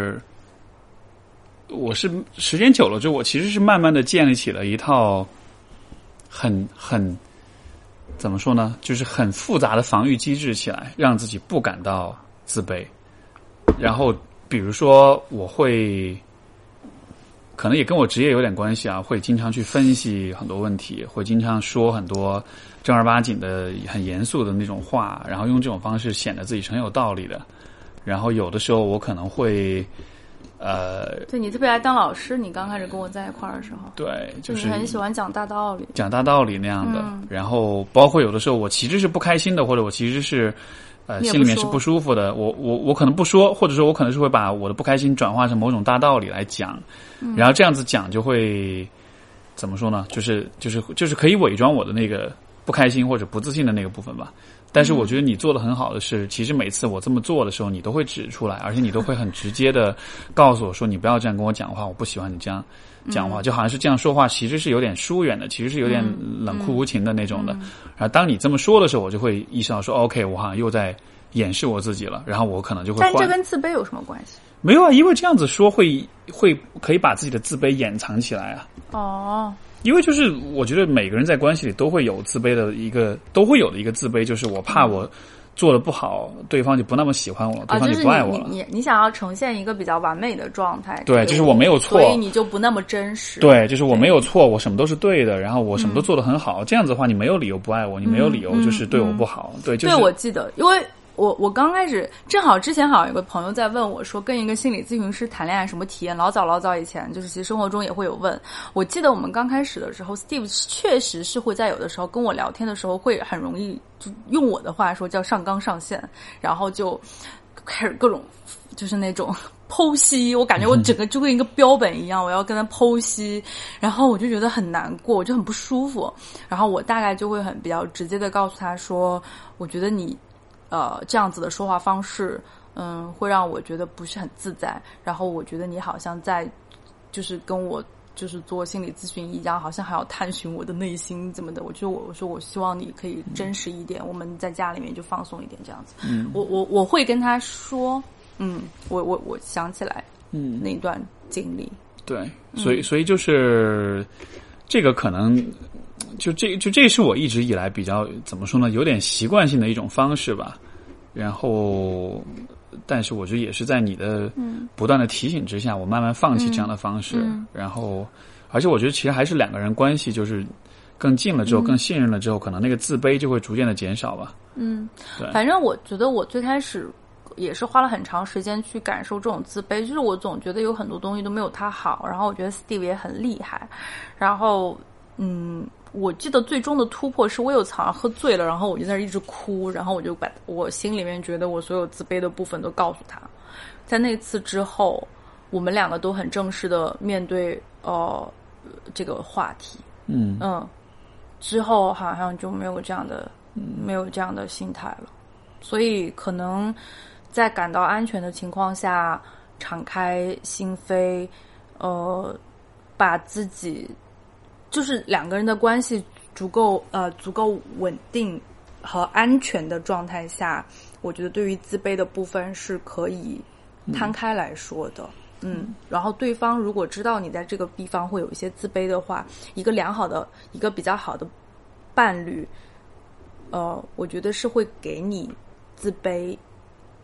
我是时间久了之后，我其实是慢慢的建立起了一套很怎么说呢，就是很复杂的防御机制起来，让自己不感到自卑。然后，比如说，我会。可能也跟我职业有点关系啊，会经常去分析很多问题，会经常说很多正儿八经的、很严肃的那种话，然后用这种方式显得自己是很有道理的。然后有的时候我可能会， 对，你特别爱当老师，你刚开始跟我在一块儿的时候， 对，就是你很喜欢讲大道理， 那样的。然后包括有的时候我其实是不开心的，或者我其实是。心里面是不舒服的，我可能不说，或者说我可能是会把我的不开心转化成某种大道理来讲，然后这样子讲就会怎么说呢？就是可以伪装我的那个不开心或者不自信的那个部分吧。但是我觉得你做的很好的是，其实每次我这么做的时候，你都会指出来，而且你都会很直接的告诉我说，你不要这样跟我讲话，我不喜欢你这样讲话，就好像是这样说话，其实是有点疏远的，其实是有点冷酷无情的那种的。然后当你这么说的时候，我就会意识到说 ，OK， 我好像又在掩饰我自己了，然后我可能就会换。 但这跟自卑有什么关系？ 没有啊，因为这样子说会可以把自己的自卑掩藏起来啊。 哦。 因为就是我觉得每个人在关系里都会有自卑的一个自卑，就是我怕我做的不好，对方就不那么喜欢我，对方就不爱我了。 就是你想要呈现一个比较完美的状态， 对，就是我没有错， 所以你就不那么真实。 对，就是我没有错，我什么都是对的，然后我什么都做得很好，这样子的话，你没有理由不爱我，你没有理由就是对我不好。对，就是对，我记得，因为我刚开始正好之前好像有个朋友在问我说，跟一个心理咨询师谈恋爱什么体验？老早以前，就是其实生活中也会有问。我记得我们刚开始的时候 ，Steve 确实是会在有的时候跟我聊天的时候，会很容易就用我的话说叫上纲上线，然后就开始各种就是那种剖析，我感觉我整个就跟一个标本一样，我要跟他剖析，然后我就觉得很难过，我就很不舒服。然后我大概就会比较直接的告诉他说，我觉得你。这样子的说话方式，会让我觉得不是很自在。然后我觉得你好像在，就是跟我就是做心理咨询一样，好像还要探寻我的内心怎么的。我说我希望你可以真实一点，我们在家里面就放松一点这样子。我会跟他说，我想起来，那段经历。 对，所以就是这个可能。这是我一直以来比较怎么说呢，有点习惯性的一种方式吧。然后，但是我觉得也是在你的不断的提醒之下，我慢慢放弃这样的方式。然后，而且我觉得其实还是两个人关系就是更近了之后，更信任了之后，可能那个自卑就会逐渐的减少吧。对。 反正我觉得我最开始也是花了很长时间去感受这种自卑，就是我总觉得有很多东西都没有他好，然后我觉得 Steve 也很厉害，然后我记得最终的突破是我有早上喝醉了，然后我就在那一直哭，然后我就把我心里面觉得我所有自卑的部分都告诉他。在那次之后，我们两个都很正式的面对这个话题。之后好像就没有这样的心态了。所以可能在感到安全的情况下，敞开心扉，把自己。就是两个人的关系足够稳定和安全的状态下，我觉得对于自卑的部分是可以摊开来说的。然后对方如果知道你在这个地方会有一些自卑的话，一个比较好的伴侣，我觉得是会给你自卑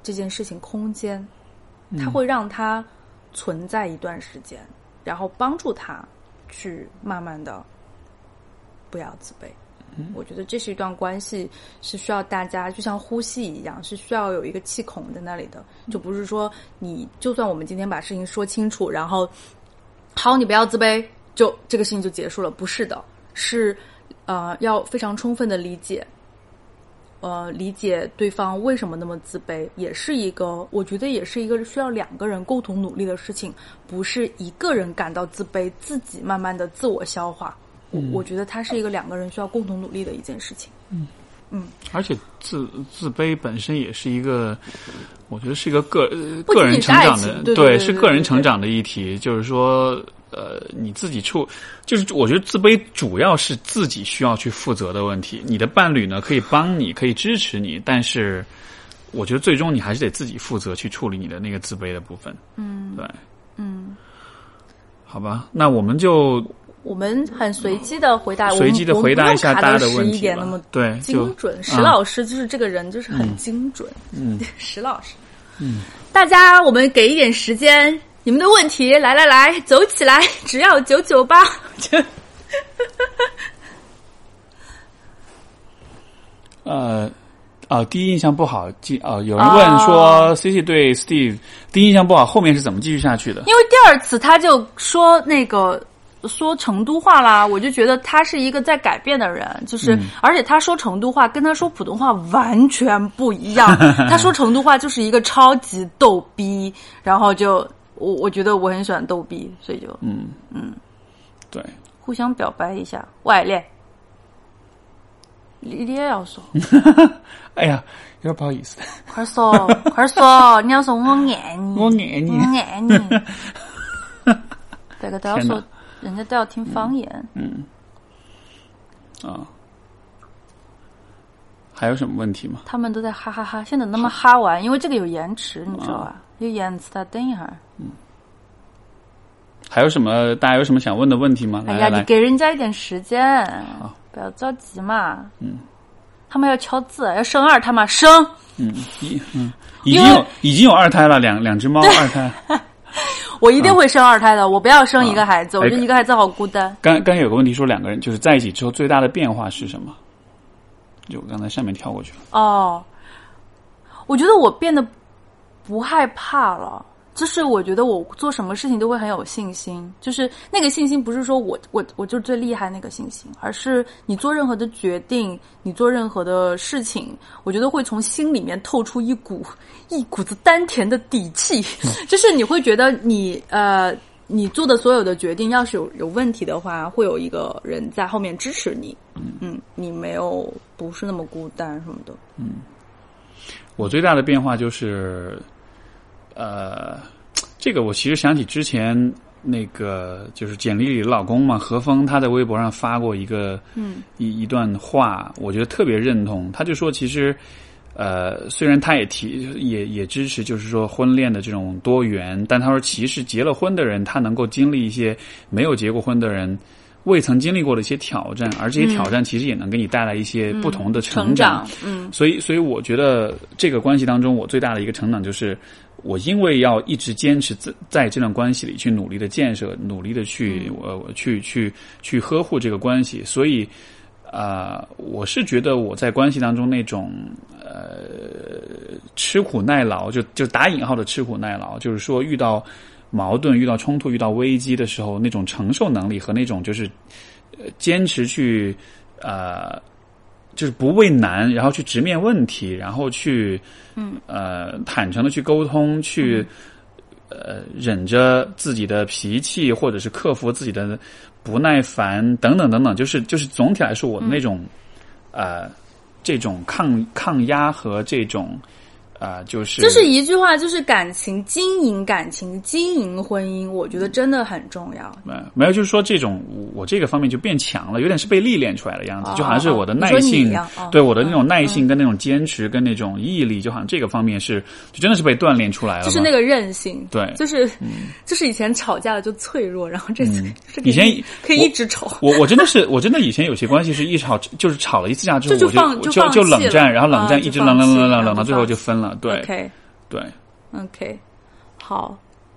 这件事情空间，它会让它存在一段时间，然后帮助他去慢慢的不要自卑。我觉得这是一段关系，是需要大家就像呼吸一样，是需要有一个气孔在那里的，就不是说你就算我们今天把事情说清楚，然后好你不要自卑，就这个事情就结束了，不是的，是要非常充分的理解理解对方为什么那么自卑，也是一个我觉得也是一个需要两个人共同努力的事情，不是一个人感到自卑自己慢慢的自我消化。我觉得它是一个两个人需要共同努力的一件事情。 而且自卑本身也是一个，我觉得是一个个人成长的， 对， 是个人成长的议题。就是说，你自己就是我觉得自卑主要是自己需要去负责的问题。你的伴侣呢，可以帮你，可以支持你，但是我觉得最终你还是得自己负责去处理你的那个自卑的部分。对，好吧，那我们很随机的回答， 随机的回答一下大家的问题吧。 那么对， 精准。石老师就是这个人，就是很精准。石老师，大家我们给一点时间，你们的问题来，走起来，只要998。 第一印象不好，有人问说 CC 对 Steve 第一印象不好，后面是怎么继续下去的？ 因为第二次他就说说成都话啦，我就觉得他是一个在改变的人，就是而且他说成都话跟他说普通话完全不一样。他说成都话就是一个超级逗逼，然后就我觉得我很喜欢逗逼，所以就对， 互相表白一下。外练，你也要说。 哎呀，有点不好意思。 快说，快说！你要说我爱你， 我爱你， 我爱你。这个都要说。人家都要听方言。 还有什么问题吗？ 他们都在哈哈哈，现在那么哈完，因为这个有延迟，你知道吧？有延迟，他等一下。 还有什么？大家有什么想问的问题吗？ 哎呀，你给人家一点时间，不要着急嘛。他们要敲字，要生二胎嘛？生。 已经有二胎了，两只猫二胎。 我一定会生二胎的，我不要生一个孩子，我觉得一个孩子好孤单。 刚有个问题说两个人就是在一起之后最大的变化是什么？就我刚才上面跳过去了。 我觉得我变得不害怕了，就是我觉得我做什么事情都会很有信心，就是那个信心不是说我就最厉害那个信心，而是你做任何的决定，你做任何的事情，我觉得会从心里面透出一股子丹田的底气，就是你会觉得你做的所有的决定要是有问题的话，会有一个人在后面支持你。你不是那么孤单什么的。 我最大的变化就是这个我其实想起之前那个就是简历里的老公嘛，何峰，他在微博上发过一段话，我觉得特别认同。他就说其实虽然他也支持就是说婚恋的这种多元，但他说其实结了婚的人他能够经历一些没有结过婚的人未曾经历过的一些挑战，而这些挑战其实也能给你带来一些不同的成长。所以我觉得这个关系当中我最大的一个成长就是我因为要一直坚持在这段关系里去努力的建设，努力的去呵护这个关系，所以我是觉得我在关系当中那种吃苦耐劳，就打引号的吃苦耐劳，就是说遇到矛盾、遇到冲突、遇到危机的时候，那种承受能力和那种就是坚持去就是不畏难，然后去直面问题，然后去坦诚的去沟通，去忍着自己的脾气，或者是克服自己的不耐烦等等等等，就是总体来说我的那种这种抗压和这种就是一句话，就是经营婚姻，我觉得真的很重要。 没有，就是说这种我这个方面就变强了，有点是被历练出来的样子，就好像是我的耐性，对我的那种耐性跟那种坚持跟那种毅力，就好像这个方面就真的是被锻炼出来了， 就是那个韧性。 对， 就是以前吵架了就脆弱，然后这次以前可以一直吵。 我真的以前有些关系是就是吵了一次架之后，我就冷战，然后冷战一直冷到最后就分了。对， okay. 对 OK 好。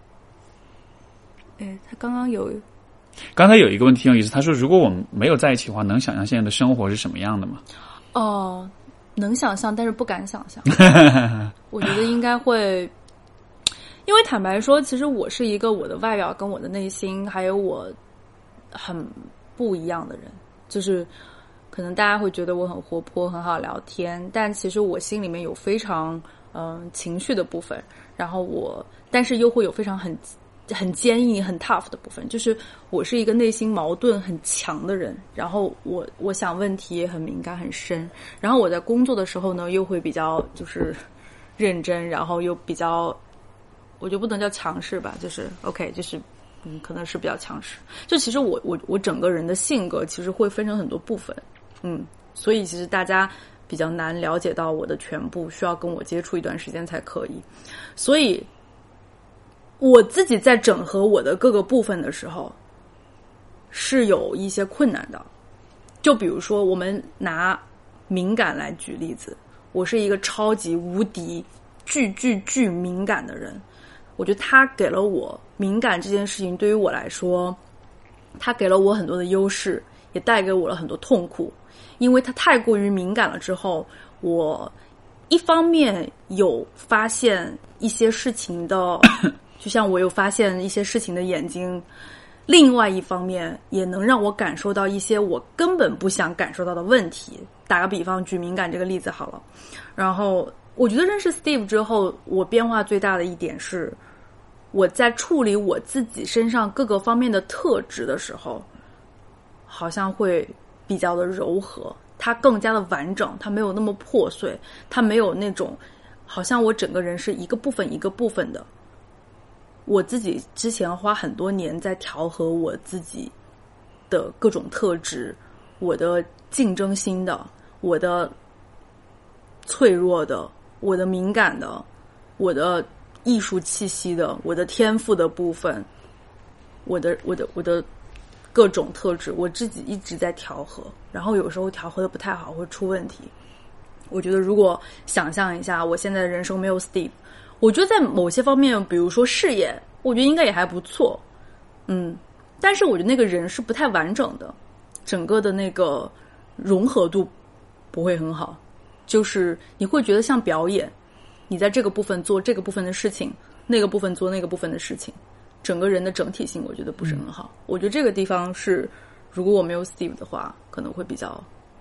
他刚才有一个问题挺有意思，他说如果我们没有在一起的话，能想象现在的生活是什么样的吗？ 能想象，但是不敢想象。我觉得应该会，因为坦白说，其实我是一个我的外表跟我的内心还有我很不一样的人，就是可能大家会觉得我很活泼很好聊天，但其实我心里面有非常情绪的部分，然后但是又会有非常很坚毅很 tough 的部分，就是我是一个内心矛盾很强的人，然后我想问题也很敏感很深，然后我在工作的时候呢又会比较就是认真，然后又比较我就不能叫强势吧，就是 OK 就是可能是比较强势，就其实我整个人的性格其实会分成很多部分，所以其实大家比较难了解到我的全部，需要跟我接触一段时间才可以，所以我自己在整合我的各个部分的时候是有一些困难的。就比如说我们拿敏感来举例子，我是一个超级无敌巨敏感的人，我觉得他给了我敏感这件事情，对于我来说他给了我很多的优势，也带给我了很多痛苦，因为他太过于敏感了之后，我一方面有发现一些事情的就像我有发现一些事情的眼睛，另外一方面也能让我感受到一些我根本不想感受到的问题。打个比方，举敏感这个例子好了，然后我觉得认识 Steve 之后，我变化最大的一点是我在处理我自己身上各个方面的特质的时候，好像会比较的柔和，它更加的完整，它没有那么破碎，它没有那种好像我整个人是一个部分一个部分的。我自己之前花很多年在调和我自己的各种特质，我的竞争心的，我的脆弱的，我的敏感的，我的艺术气息的，我的天赋的部分，我的各种特质，我自己一直在调和，然后有时候调和的不太好会出问题。我觉得如果想象一下我现在的人生没有 Steve，我觉得在某些方面，比如说事业，我觉得应该也还不错，但是我觉得那个人是不太完整的，整个的那个融合度不会很好，就是你会觉得像表演，你在这个部分做这个部分的事情，那个部分做那个部分的事情，整个人的整体性我觉得不是很好。我觉得这个地方是，如果我没有 Steve 的话，可能会比较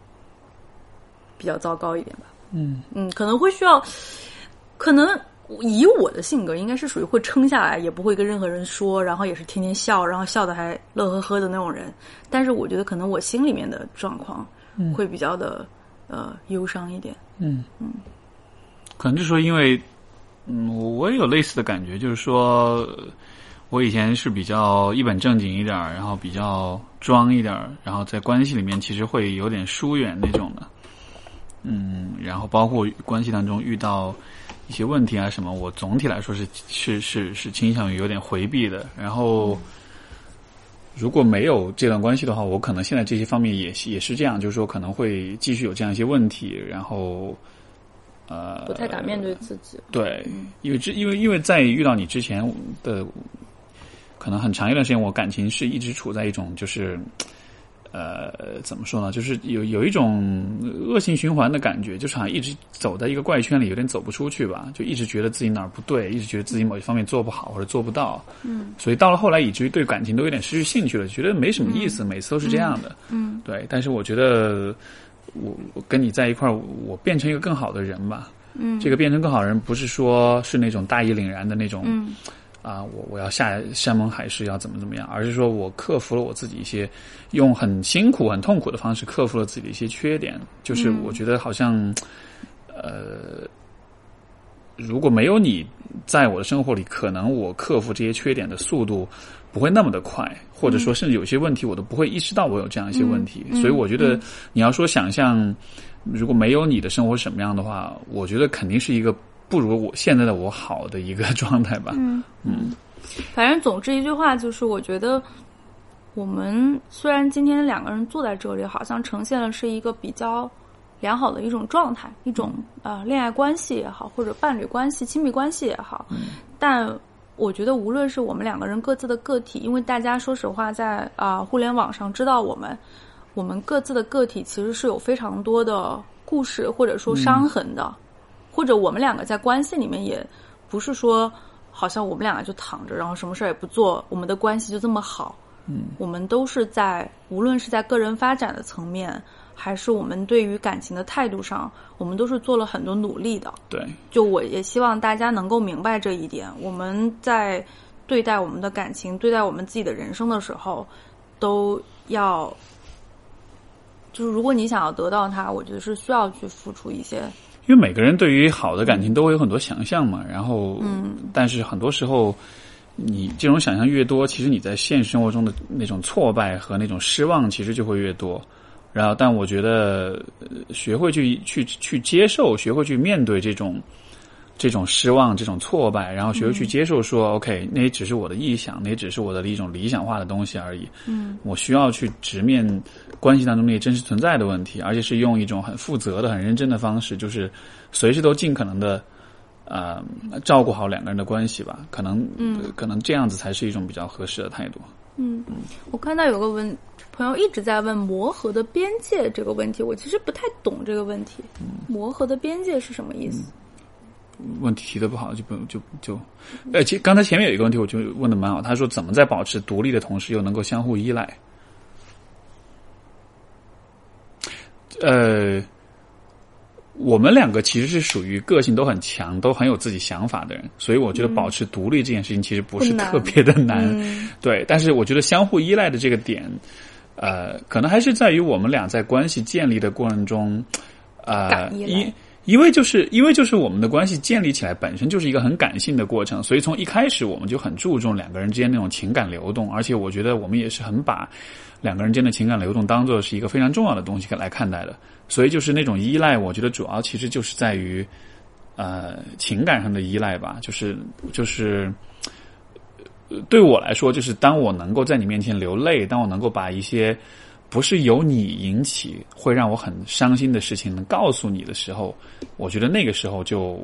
糟糕一点吧。可能会需要，可能以我的性格应该是属于会撑下来，也不会跟任何人说，然后也是天天笑，然后笑得还乐呵呵的那种人。但是我觉得可能我心里面的状况会比较的忧伤一点。 可能就是说因为我也有类似的感觉，就是说我以前是比较一本正经一点，然后比较装一点，然后在关系里面其实会有点疏远那种的。然后包括关系当中遇到一些问题啊什么，我总体来说是倾向于有点回避的。然后如果没有这段关系的话，我可能现在这些方面也是这样，就是说可能会继续有这样一些问题，然后不太敢面对自己。 对，因为在遇到你之前的可能很长一段时间，我感情是一直处在一种就是怎么说呢？就是有一种恶性循环的感觉，就是好像一直走在一个怪圈里，有点走不出去吧。就一直觉得自己哪儿不对，一直觉得自己某一方面做不好或者做不到。所以到了后来，以至于对感情都有点失去兴趣了，觉得没什么意思，每次都是这样的。对。但是我觉得我跟你在一块儿，我变成一个更好的人吧。这个变成更好的人，不是说是那种大义凛然的那种。我要下山盟海誓要怎么样，而是说我克服了我自己一些用很辛苦很痛苦的方式克服了自己的一些缺点，就是我觉得好像如果没有你在我的生活里，可能我克服这些缺点的速度不会那么的快，或者说甚至有些问题我都不会意识到我有这样一些问题。所以我觉得你要说想象如果没有你的生活什么样的话，我觉得肯定是一个不如我现在的我好的一个状态吧。 反正总之一句话就是，我觉得我们虽然今天两个人坐在这里，好像呈现的是一个比较良好的一种状态，一种恋爱关系也好，或者伴侣关系、亲密关系也好。但我觉得无论是我们两个人各自的个体，因为大家说实话在互联网上知道我们各自的个体其实是有非常多的故事或者说伤痕的，或者我们两个在关系里面也不是说好像我们两个就躺着然后什么事也不做，我们的关系就这么好。我们都是无论是在个人发展的层面，还是我们对于感情的态度上，我们都是做了很多努力的。 对， 就我也希望大家能够明白这一点，我们在对待我们的感情，对待我们自己的人生的时候，都要就是如果你想要得到它，我觉得是需要去付出一些。 因为每个人对于好的感情都会有很多想象嘛，然后但是很多时候你这种想象越多，其实你在现实生活中的那种挫败和那种失望其实就会越多。然后但我觉得学会去接受，学会去面对这种失望，这种挫败，然后学会去接受说OK， 那也只是我的臆想，那也只是我的一种理想化的东西而已。我需要去直面关系当中那些真实存在的问题，而且是用一种很负责的很认真的方式，就是随时都尽可能的照顾好两个人的关系吧，可能这样子才是一种比较合适的态度。 我看到有个朋友一直在问磨合的边界这个问题，我其实不太懂这个问题。磨合的边界是什么意思？ 问题提得不好其实刚才前面有一个问题我就问得蛮好，他说怎么在保持独立的同时又能够相互依赖。我们两个其实是属于个性都很强，都很有自己想法的人，所以我觉得保持独立这件事情其实不是特别的难。对，但是我觉得相互依赖的这个点可能还是在于我们俩在关系建立的过程中因为就是我们的关系建立起来本身就是一个很感性的过程，所以从一开始我们就很注重两个人之间那种情感流动，而且我觉得我们也是很把两个人间的情感流动当作是一个非常重要的东西来看待的。所以就是那种依赖，我觉得主要其实就是在于情感上的依赖吧，就是对我来说，就是当我能够在你面前流泪，当我能够把一些不是由你引起会让我很伤心的事情能告诉你的时候，我觉得那个时候就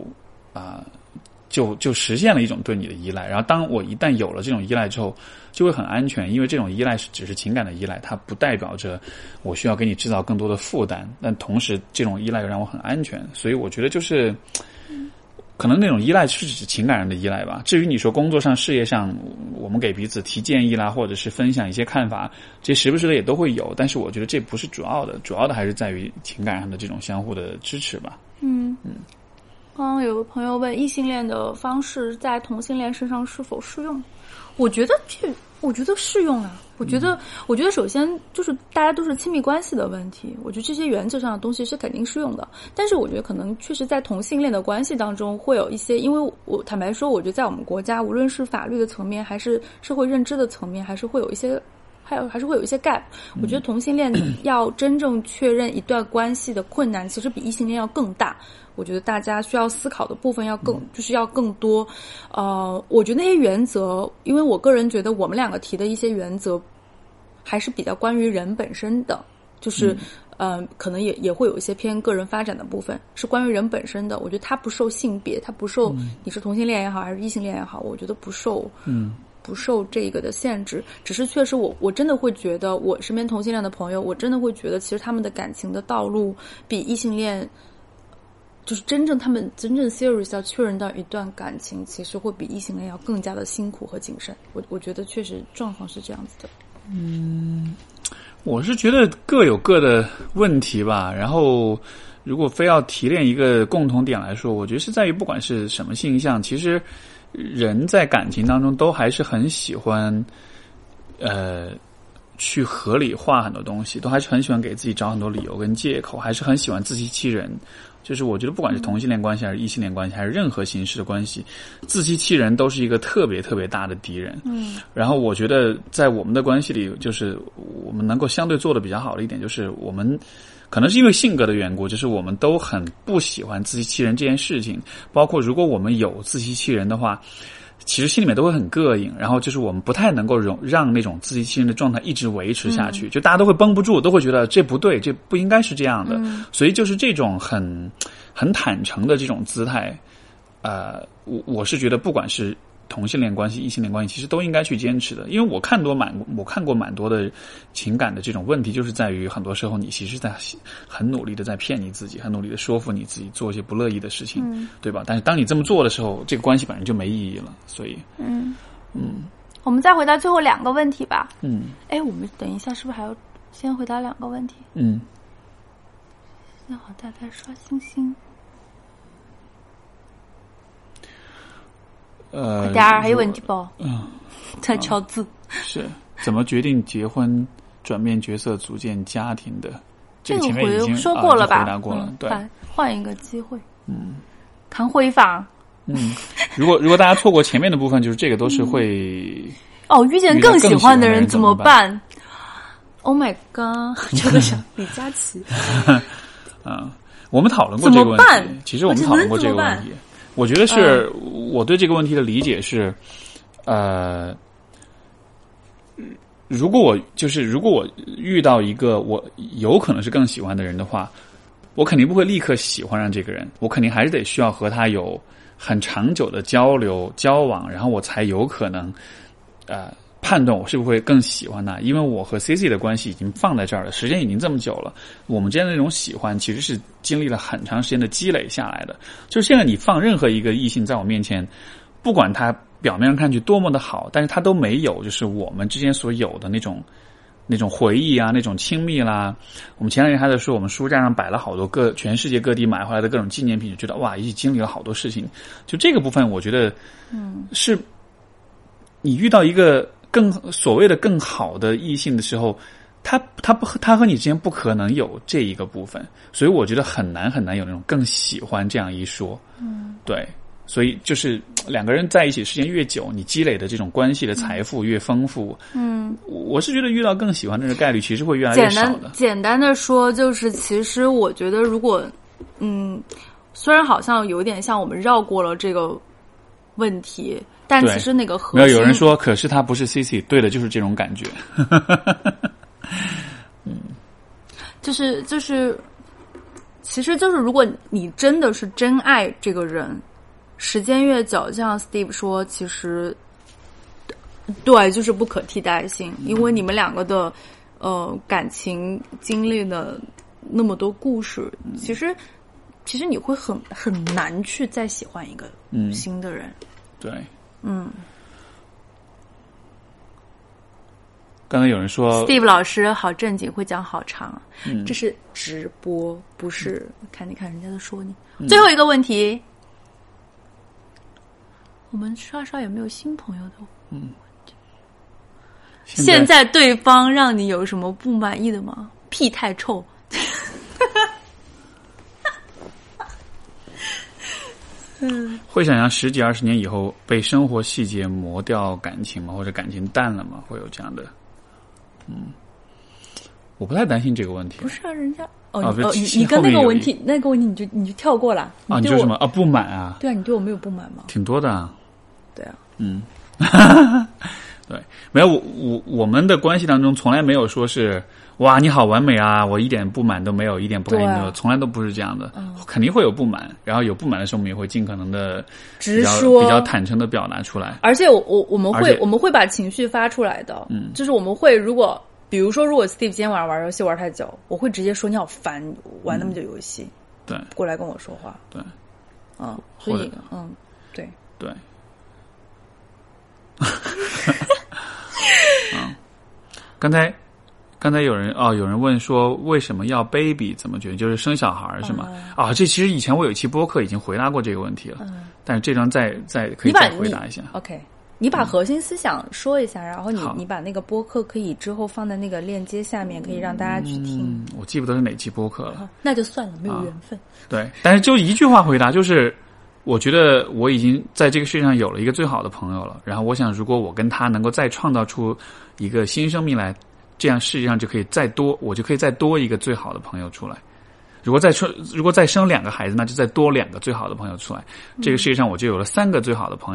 实现了一种对你的依赖。然后当我一旦有了这种依赖之后，就会很安全，因为这种依赖只是情感的依赖，它不代表着我需要给你制造更多的负担，但同时这种依赖又让我很安全。所以我觉得就是可能那种依赖是指情感上的依赖吧。至于你说工作上事业上我们给彼此提建议啦，或者是分享一些看法，这时不时的也都会有，但是我觉得这不是主要的，主要的还是在于情感上的这种相互的支持吧。 刚刚有个朋友问异性恋的方式在同性恋身上是否适用，我觉得适用啊。我觉得首先就是大家都是亲密关系的问题，我觉得这些原则上的东西是肯定适用的。但是我觉得可能确实在同性恋的关系当中会有一些，因为我坦白说，我觉得在我们国家，无论是法律的层面还是社会认知的层面，还是会有一些 gap。我觉得同性恋要真正确认一段关系的困难，其实比异性恋要更大。我觉得大家需要思考的部分要更多。我觉得那些原则，因为我个人觉得我们两个提的一些原则还是比较关于人本身的，就是可能也会有一些偏个人发展的部分，是关于人本身的。我觉得它不受性别，它不受你是同性恋也好还是异性恋也好，我觉得不受这个的限制。只是确实我真的会觉得，我身边同性恋的朋友，我真的会觉得其实他们的感情的道路比异性恋，就是他们真正 serious 要确认到一段感情，其实会比异性恋要更加的辛苦和谨慎。我觉得确实状况是这样子的。 我是觉得各有各的问题吧，然后如果非要提炼一个共同点来说，我觉得是在于不管是什么性向，其实人在感情当中都还是很喜欢去合理化很多东西，都还是很喜欢给自己找很多理由跟借口，还是很喜欢自欺欺人。就是我觉得不管是同性恋关系还是异性恋关系还是任何形式的关系，自欺欺人都是一个特别特别大的敌人。然后我觉得在我们的关系里，就是我们能够相对做的比较好的一点，就是我们可能是因为性格的缘故，就是我们都很不喜欢自欺欺人这件事情。包括如果我们有自欺欺人的话， 其实心里面都会很膈应，然后就是我们不太能够让那种自欺欺人的状态一直维持下去，就大家都会绷不住，都会觉得这不对，这不应该是这样的，所以就是这种很坦诚的这种姿态，我是觉得不管是同性恋关系、异性恋关系，其实都应该去坚持的。因为我看过蛮多的情感的这种问题，就是在于很多时候你其实在很努力的在骗你自己，很努力的说服你自己做一些不乐意的事情，对吧？但是当你这么做的时候，这个关系本身就没意义了。所以， 我们再回答最后2个问题吧。我们等一下是不是还要先回答2个问题？幸好大家刷星星。快点儿，还有问题不？在敲字。 是怎么决定结婚、转变角色、组建家庭的？这个前面已经说过了吧？ 回答过了。对， 换一个机会。谈回访。 如果大家错过前面的部分，就是这个都是会。 遇见更喜欢的人怎么办 ？Oh my god！ 这个是李佳琦。 我们讨论过这个问题。其实我们讨论过这个问题。我觉得是我对这个问题的理解是，如果我遇到一个我有可能是更喜欢的人的话，我肯定不会立刻喜欢上这个人，我肯定还是得需要和他有很长久的交流交往，然后我才有可能判断我是不是会更喜欢他。因为我和 CC 的关系已经放在这儿了，时间已经这么久了，我们之间的那种喜欢其实是经历了很长时间的积累下来的。就是现在你放任何一个异性在我面前，不管他表面上看去多么的好，但是他都没有就是我们之间所有的那种回忆啊，那种亲密啦。我们前两天还在说，我们书架上摆了好多全世界各地买回来的各种纪念品，就觉得哇，一起经历了好多事情。就这个部分，我觉得，是你遇到一个所谓的更好的异性的时候，他和你之间不可能有这一个部分，所以我觉得很难有那种更喜欢这样一说。对。所以就是两个人在一起时间越久，你积累的这种关系的财富越丰富。我是觉得遇到更喜欢的人的概率其实会越来越少的。 简单的说，就是其实我觉得，如果虽然好像有点像我们绕过了这个问题，但其实那个核心， 没有人说，可是他不是 CC， 对的，就是这种感觉。 就是，其实就是如果你真的是真爱这个人。时间越久，像 Steve 说，其实对，就是不可替代性，因为你们两个的感情经历了那么多故事，其实你会很难去再喜欢一个新的人。 对，刚才有人说 Steve 老师好正经，会讲好长，这是直播，不是看人家都说你。最后一个问题。我们刷刷有没有新朋友的？现在对方让你有什么不满意的吗？屁太臭。 会想象10几20年以后被生活细节磨掉感情吗？或者感情淡了吗？会有这样的？我不太担心这个问题。 不是啊，人家你跟那个问题你就跳过了。 你说什么啊？不满啊？ 对啊，你对我没有不满吗？ 挺多的啊。 对啊， 对，没有我们的关系当中从来没有说是哇你好完美啊，我一点不满都没有，一点不开心都没有，从来都不是这样的。肯定会有不满，然后有不满的时候，我们也会尽可能的直说， 比较坦诚的表达出来。 而且我们会把情绪发出来的，就是我们会比如说如果 Steve 今天晚上玩游戏玩太久，我会直接说你好烦，玩那么久游戏， 对， 过来跟我说话， 对， 所以对。 刚才有人问说为什么要 baby 怎么决定，就是生小孩是吗？这其实以前我有一期播客已经回答过这个问题了，但是这张再可以再回答一下。 OK， 你把核心思想说一下，然后你把那个播客可以之后放在那个链接下面，可以让大家去听。 我记不得是哪期播客了， 那就算了，没有缘分。 对，但是就一句话回答，就是我觉得我已经在这个世界上有了一个最好的朋友了，然后我想如果我跟他能够再创造出一个新生命来，这样世界上就可以我就可以再多一个最好的朋友出来。如果再生2个孩子，那就再多2个最好的朋友出来，这个世界上我就有了3个最好的朋友。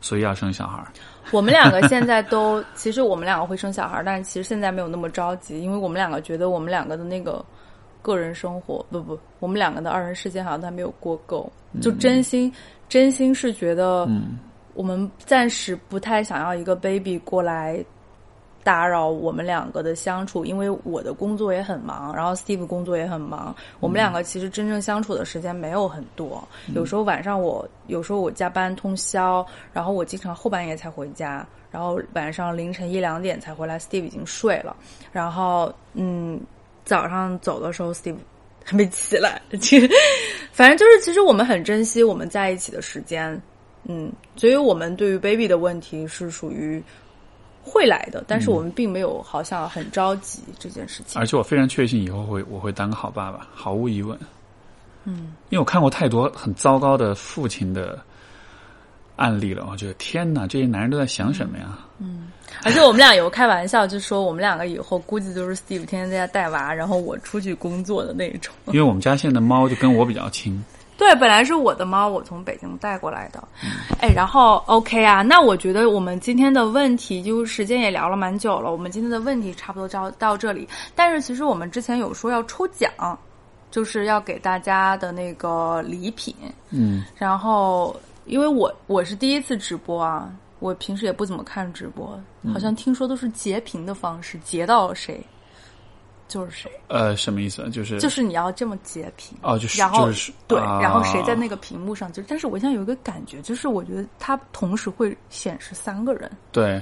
所以要生小孩。 我们两个现在都，其实我们两个会生小孩，但是其实现在没有那么着急，因为我们两个觉得我们两个的那个个人生活，我们两个的二人世界好像都还没有过够，就真心是觉得，我们暂时不太想要一个 baby 过来打扰我们两个的相处，因为我的工作也很忙，然后 Steve 工作也很忙，我们两个其实真正相处的时间没有很多，有时候晚上有时候我加班通宵，然后我经常后半夜才回家，然后晚上凌晨1-2点才回来 Steve 已经睡了，然后早上走的时候 Steve 还没起来，反正就是其实我们很珍惜我们在一起的时间，所以我们对于 baby 的问题是属于会来的，但是我们并没有好像很着急这件事情。 而且我非常确信以后我会当个好爸爸，毫无疑问。因为我看过太多很糟糕的父亲的案例了，我觉得天哪，这些男人都在想什么呀？ 而且我们俩有开玩笑，就说我们两个以后估计都是 Steve 天天在家带娃，然后我出去工作的那种。 因为我们家现在的猫就跟我比较亲。 对，本来是我的猫，我从北京带过来的。然后 OK 啊，那我觉得我们今天的问题就时间也聊了蛮久了，我们今天的问题差不多到这里。但是其实我们之前有说要抽奖，就是要给大家的那个礼品。然后因为我是第一次直播啊，我平时也不怎么看直播，好像听说都是截屏的方式，截到谁就是谁。 什么意思？就是你要这么截屏就是然后就是对，然后谁在那个屏幕上，但是我现在有一个感觉，就是我觉得它同时会显示3个人。 对，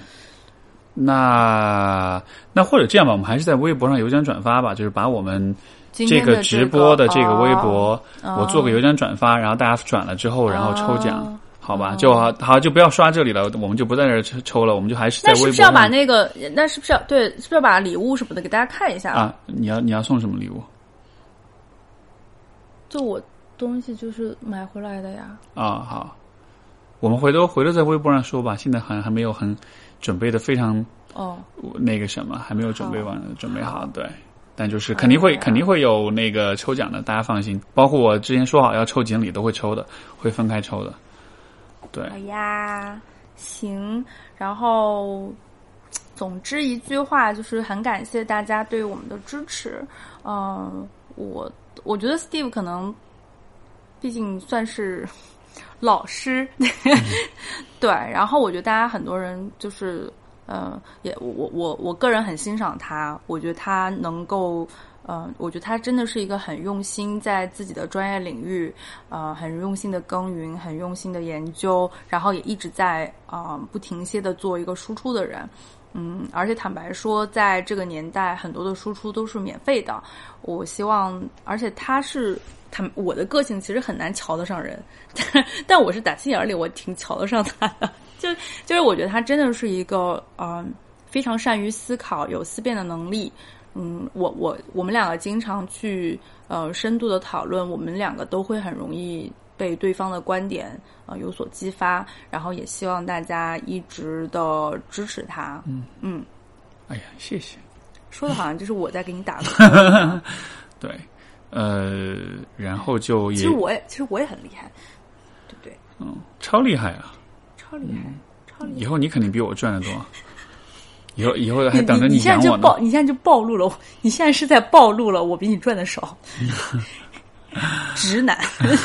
那或者这样吧，我们还是在微博上邮件转发吧，就是把我们这个直播的这个微博，我做个邮件转发，然后大家转了之后，然后抽奖。好吧，就好，就不要刷这里了，我们就不在这儿抽了，我们就还是在微博上。那是不是要把那个？那是不是要对？是不是要把礼物什么的给大家看一下啊？你要送什么礼物？ 就我东西就是买回来的呀。 好，我们回头在微博上说吧。现在还没有很准备的非常那个什么，还没有准备好，对。但就是肯定会有那个抽奖的，大家放心。包括我之前说好要抽锦鲤都会抽的，会分开抽的。对， 好呀，行。然后，总之一句话就是很感谢大家对我们的支持。我觉得 Steve 可能毕竟算是老师，对。然后我觉得大家很多人就是我个人很欣赏他，我觉得他能够。我觉得他真的是一个很用心在自己的专业领域，很用心的耕耘，很用心的研究，然后也一直在不停歇的做一个输出的人。而且坦白说，在这个年代，很多的输出都是免费的。我希望，而且我的个性其实很难瞧得上人，但我是打心眼里我挺瞧得上他的。就是我觉得他真的是一个非常善于思考、有思辨的能力。我们两个经常去深度的讨论，我们两个都会很容易被对方的观点有所激发，然后也希望大家一直的支持他。 哎呀，谢谢。 说的好像就是我在给你打个对，然后就也其实我也很厉害，对不对？ 超厉害啊！ 超厉害，超厉害！ 以后你肯定比我赚得多。以后还等着你养我呢。 你现在就暴露了，你现在是在暴露了我比你赚的少。直男。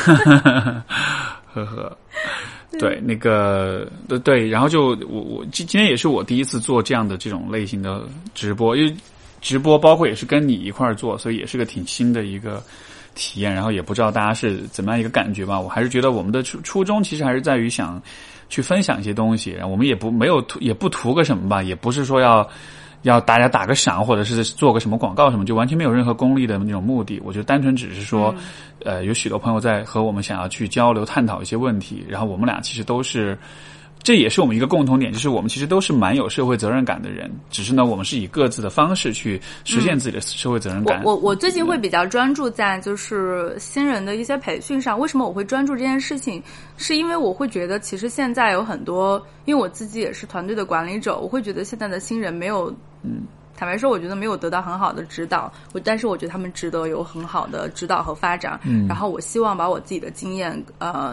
呵呵。对，那个对，然后就我今天也是我第一次做这样的这种类型的直播，因为直播包括也是跟你一块儿做，所以也是个挺新的一个体验，然后也不知道大家是怎么样一个感觉吧。我还是觉得我们的初衷其实还是在于想去分享一些东西，然后我们也不图个什么吧，也不是说要大家打个赏或者是做个什么广告什么，就完全没有任何功利的那种目的。我觉得单纯只是说有许多朋友在和我们想要去交流探讨一些问题，然后我们俩其实都是，这也是我们一个共同点，就是我们其实都是蛮有社会责任感的人，只是呢我们是以各自的方式去实现自己的社会责任感。 我最近会比较专注在就是新人的一些培训上。为什么我会专注这件事情？是因为我会觉得其实现在有很多，因为我自己也是团队的管理者，我会觉得现在的新人没有坦白说我觉得没有得到很好的指导，但是我觉得他们值得有很好的指导和发展。然后我希望把我自己的经验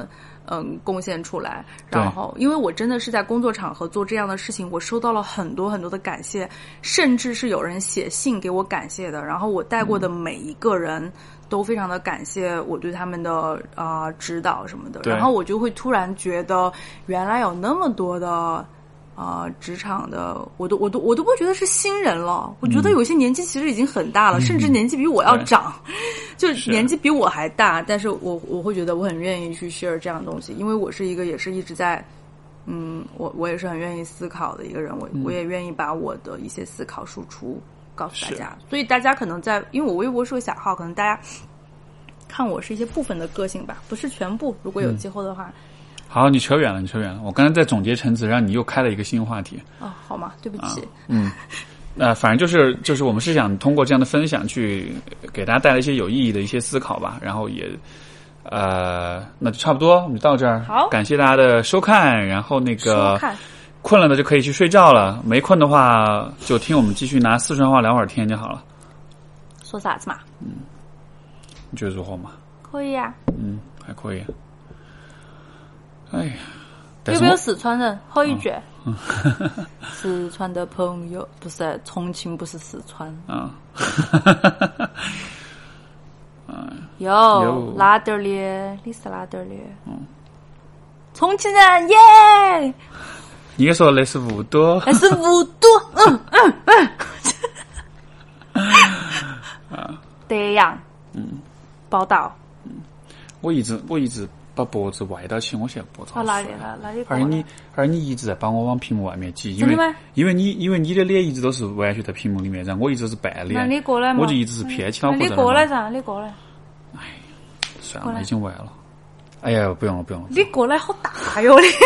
贡献出来。然后因为我真的是在工作场合做这样的事情，我收到了很多很多的感谢，甚至是有人写信给我感谢的，然后我带过的每一个人都非常的感谢我对他们的指导什么的，然后我就会突然觉得原来有那么多的职场的我都不觉得是新人了，我觉得有些年纪其实已经很大了，甚至年纪比我要长，就年纪比我还大，但是我会觉得我很愿意去 share 这样的东西，因为我是一个也是一直在我也是很愿意思考的一个人，我也愿意把我的一些思考输出告诉大家，所以大家可能因为我微博是个小号，可能大家看我是一些部分的个性吧，不是全部，如果有机会的话。 好，你扯远了。我刚才在总结陈词，让你又开了一个新话题。 好吗？对不起。 反正就是我们是想通过这样的分享去给大家带来一些有意义的一些思考吧，然后也那就差不多，我们就到这儿。 好， 感谢大家的收看，然后那个困了的就可以去睡觉了，没困的话就听我们继续拿四川话聊会儿天就好了。 说啥子嘛？ 你觉得如何嘛？ 可以啊。 还可以。哎呀， 有没有四川人？好一句。四川的朋友不是重庆，不是四川。有哪点儿的？你是哪点儿的？重庆人耶！ 你说那是雾都？ 那是雾都。德阳。报道。 我一直把脖子歪到起，我现在脖子好酸。 哪里？ 而你一直在把我往屏幕外面挤，因为你的脸一直都是完全在屏幕里面，然后我一直是半脸， 那你过来嘛， 我就一直是偏起脑壳。 你过来噻，你过来。 哎，算了，已经歪了。哎呀，不用了。 你过来好大哟，你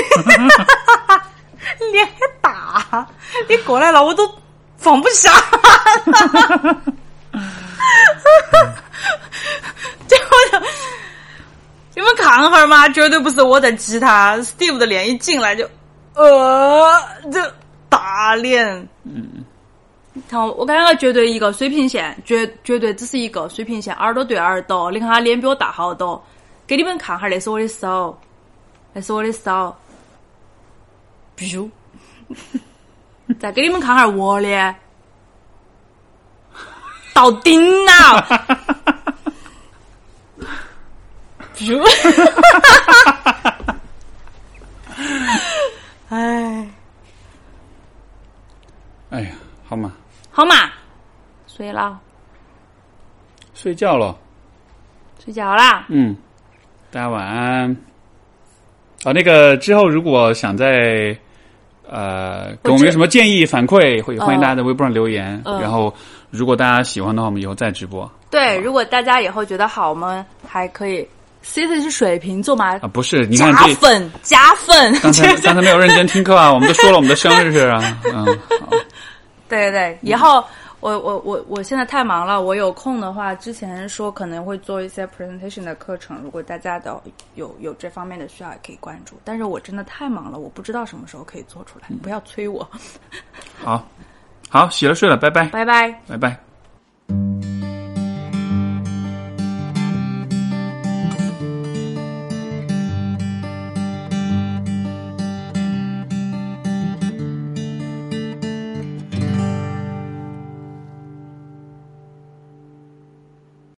脸大，你过来了我都放不下。你们看哈嘛，绝对不是我在激他 ，Steve 的脸一进来就，这大脸，看我刚刚绝对一个水平线，绝对只是一个水平线，耳朵对耳朵，你看他脸比我大好多，给你们看哈，那是我的手，biu， 再给你们看哈我脸，到顶了。 哎呀，好嘛， 睡了， 睡觉了，大家晚安。那个之后如果想再给我们有什么建议反馈，会欢迎大家在微博上留言。然后如果大家喜欢的话，我们以后再直播。 对，如果大家以后觉得好，我们还可以。C 的是水瓶座吗？ 不是，你看加分。 刚才没有认真听课啊，我们都说了我们的生日是啊。好。 对，以后我现在太忙了，我有空的话，之前说可能会做一些 presentation 的课程，如果大家的有这方面的需要，也可以关注。但是我真的太忙了，我不知道什么时候可以做出来，不要催我。 好，洗了睡了，拜拜。 拜拜。 拜拜。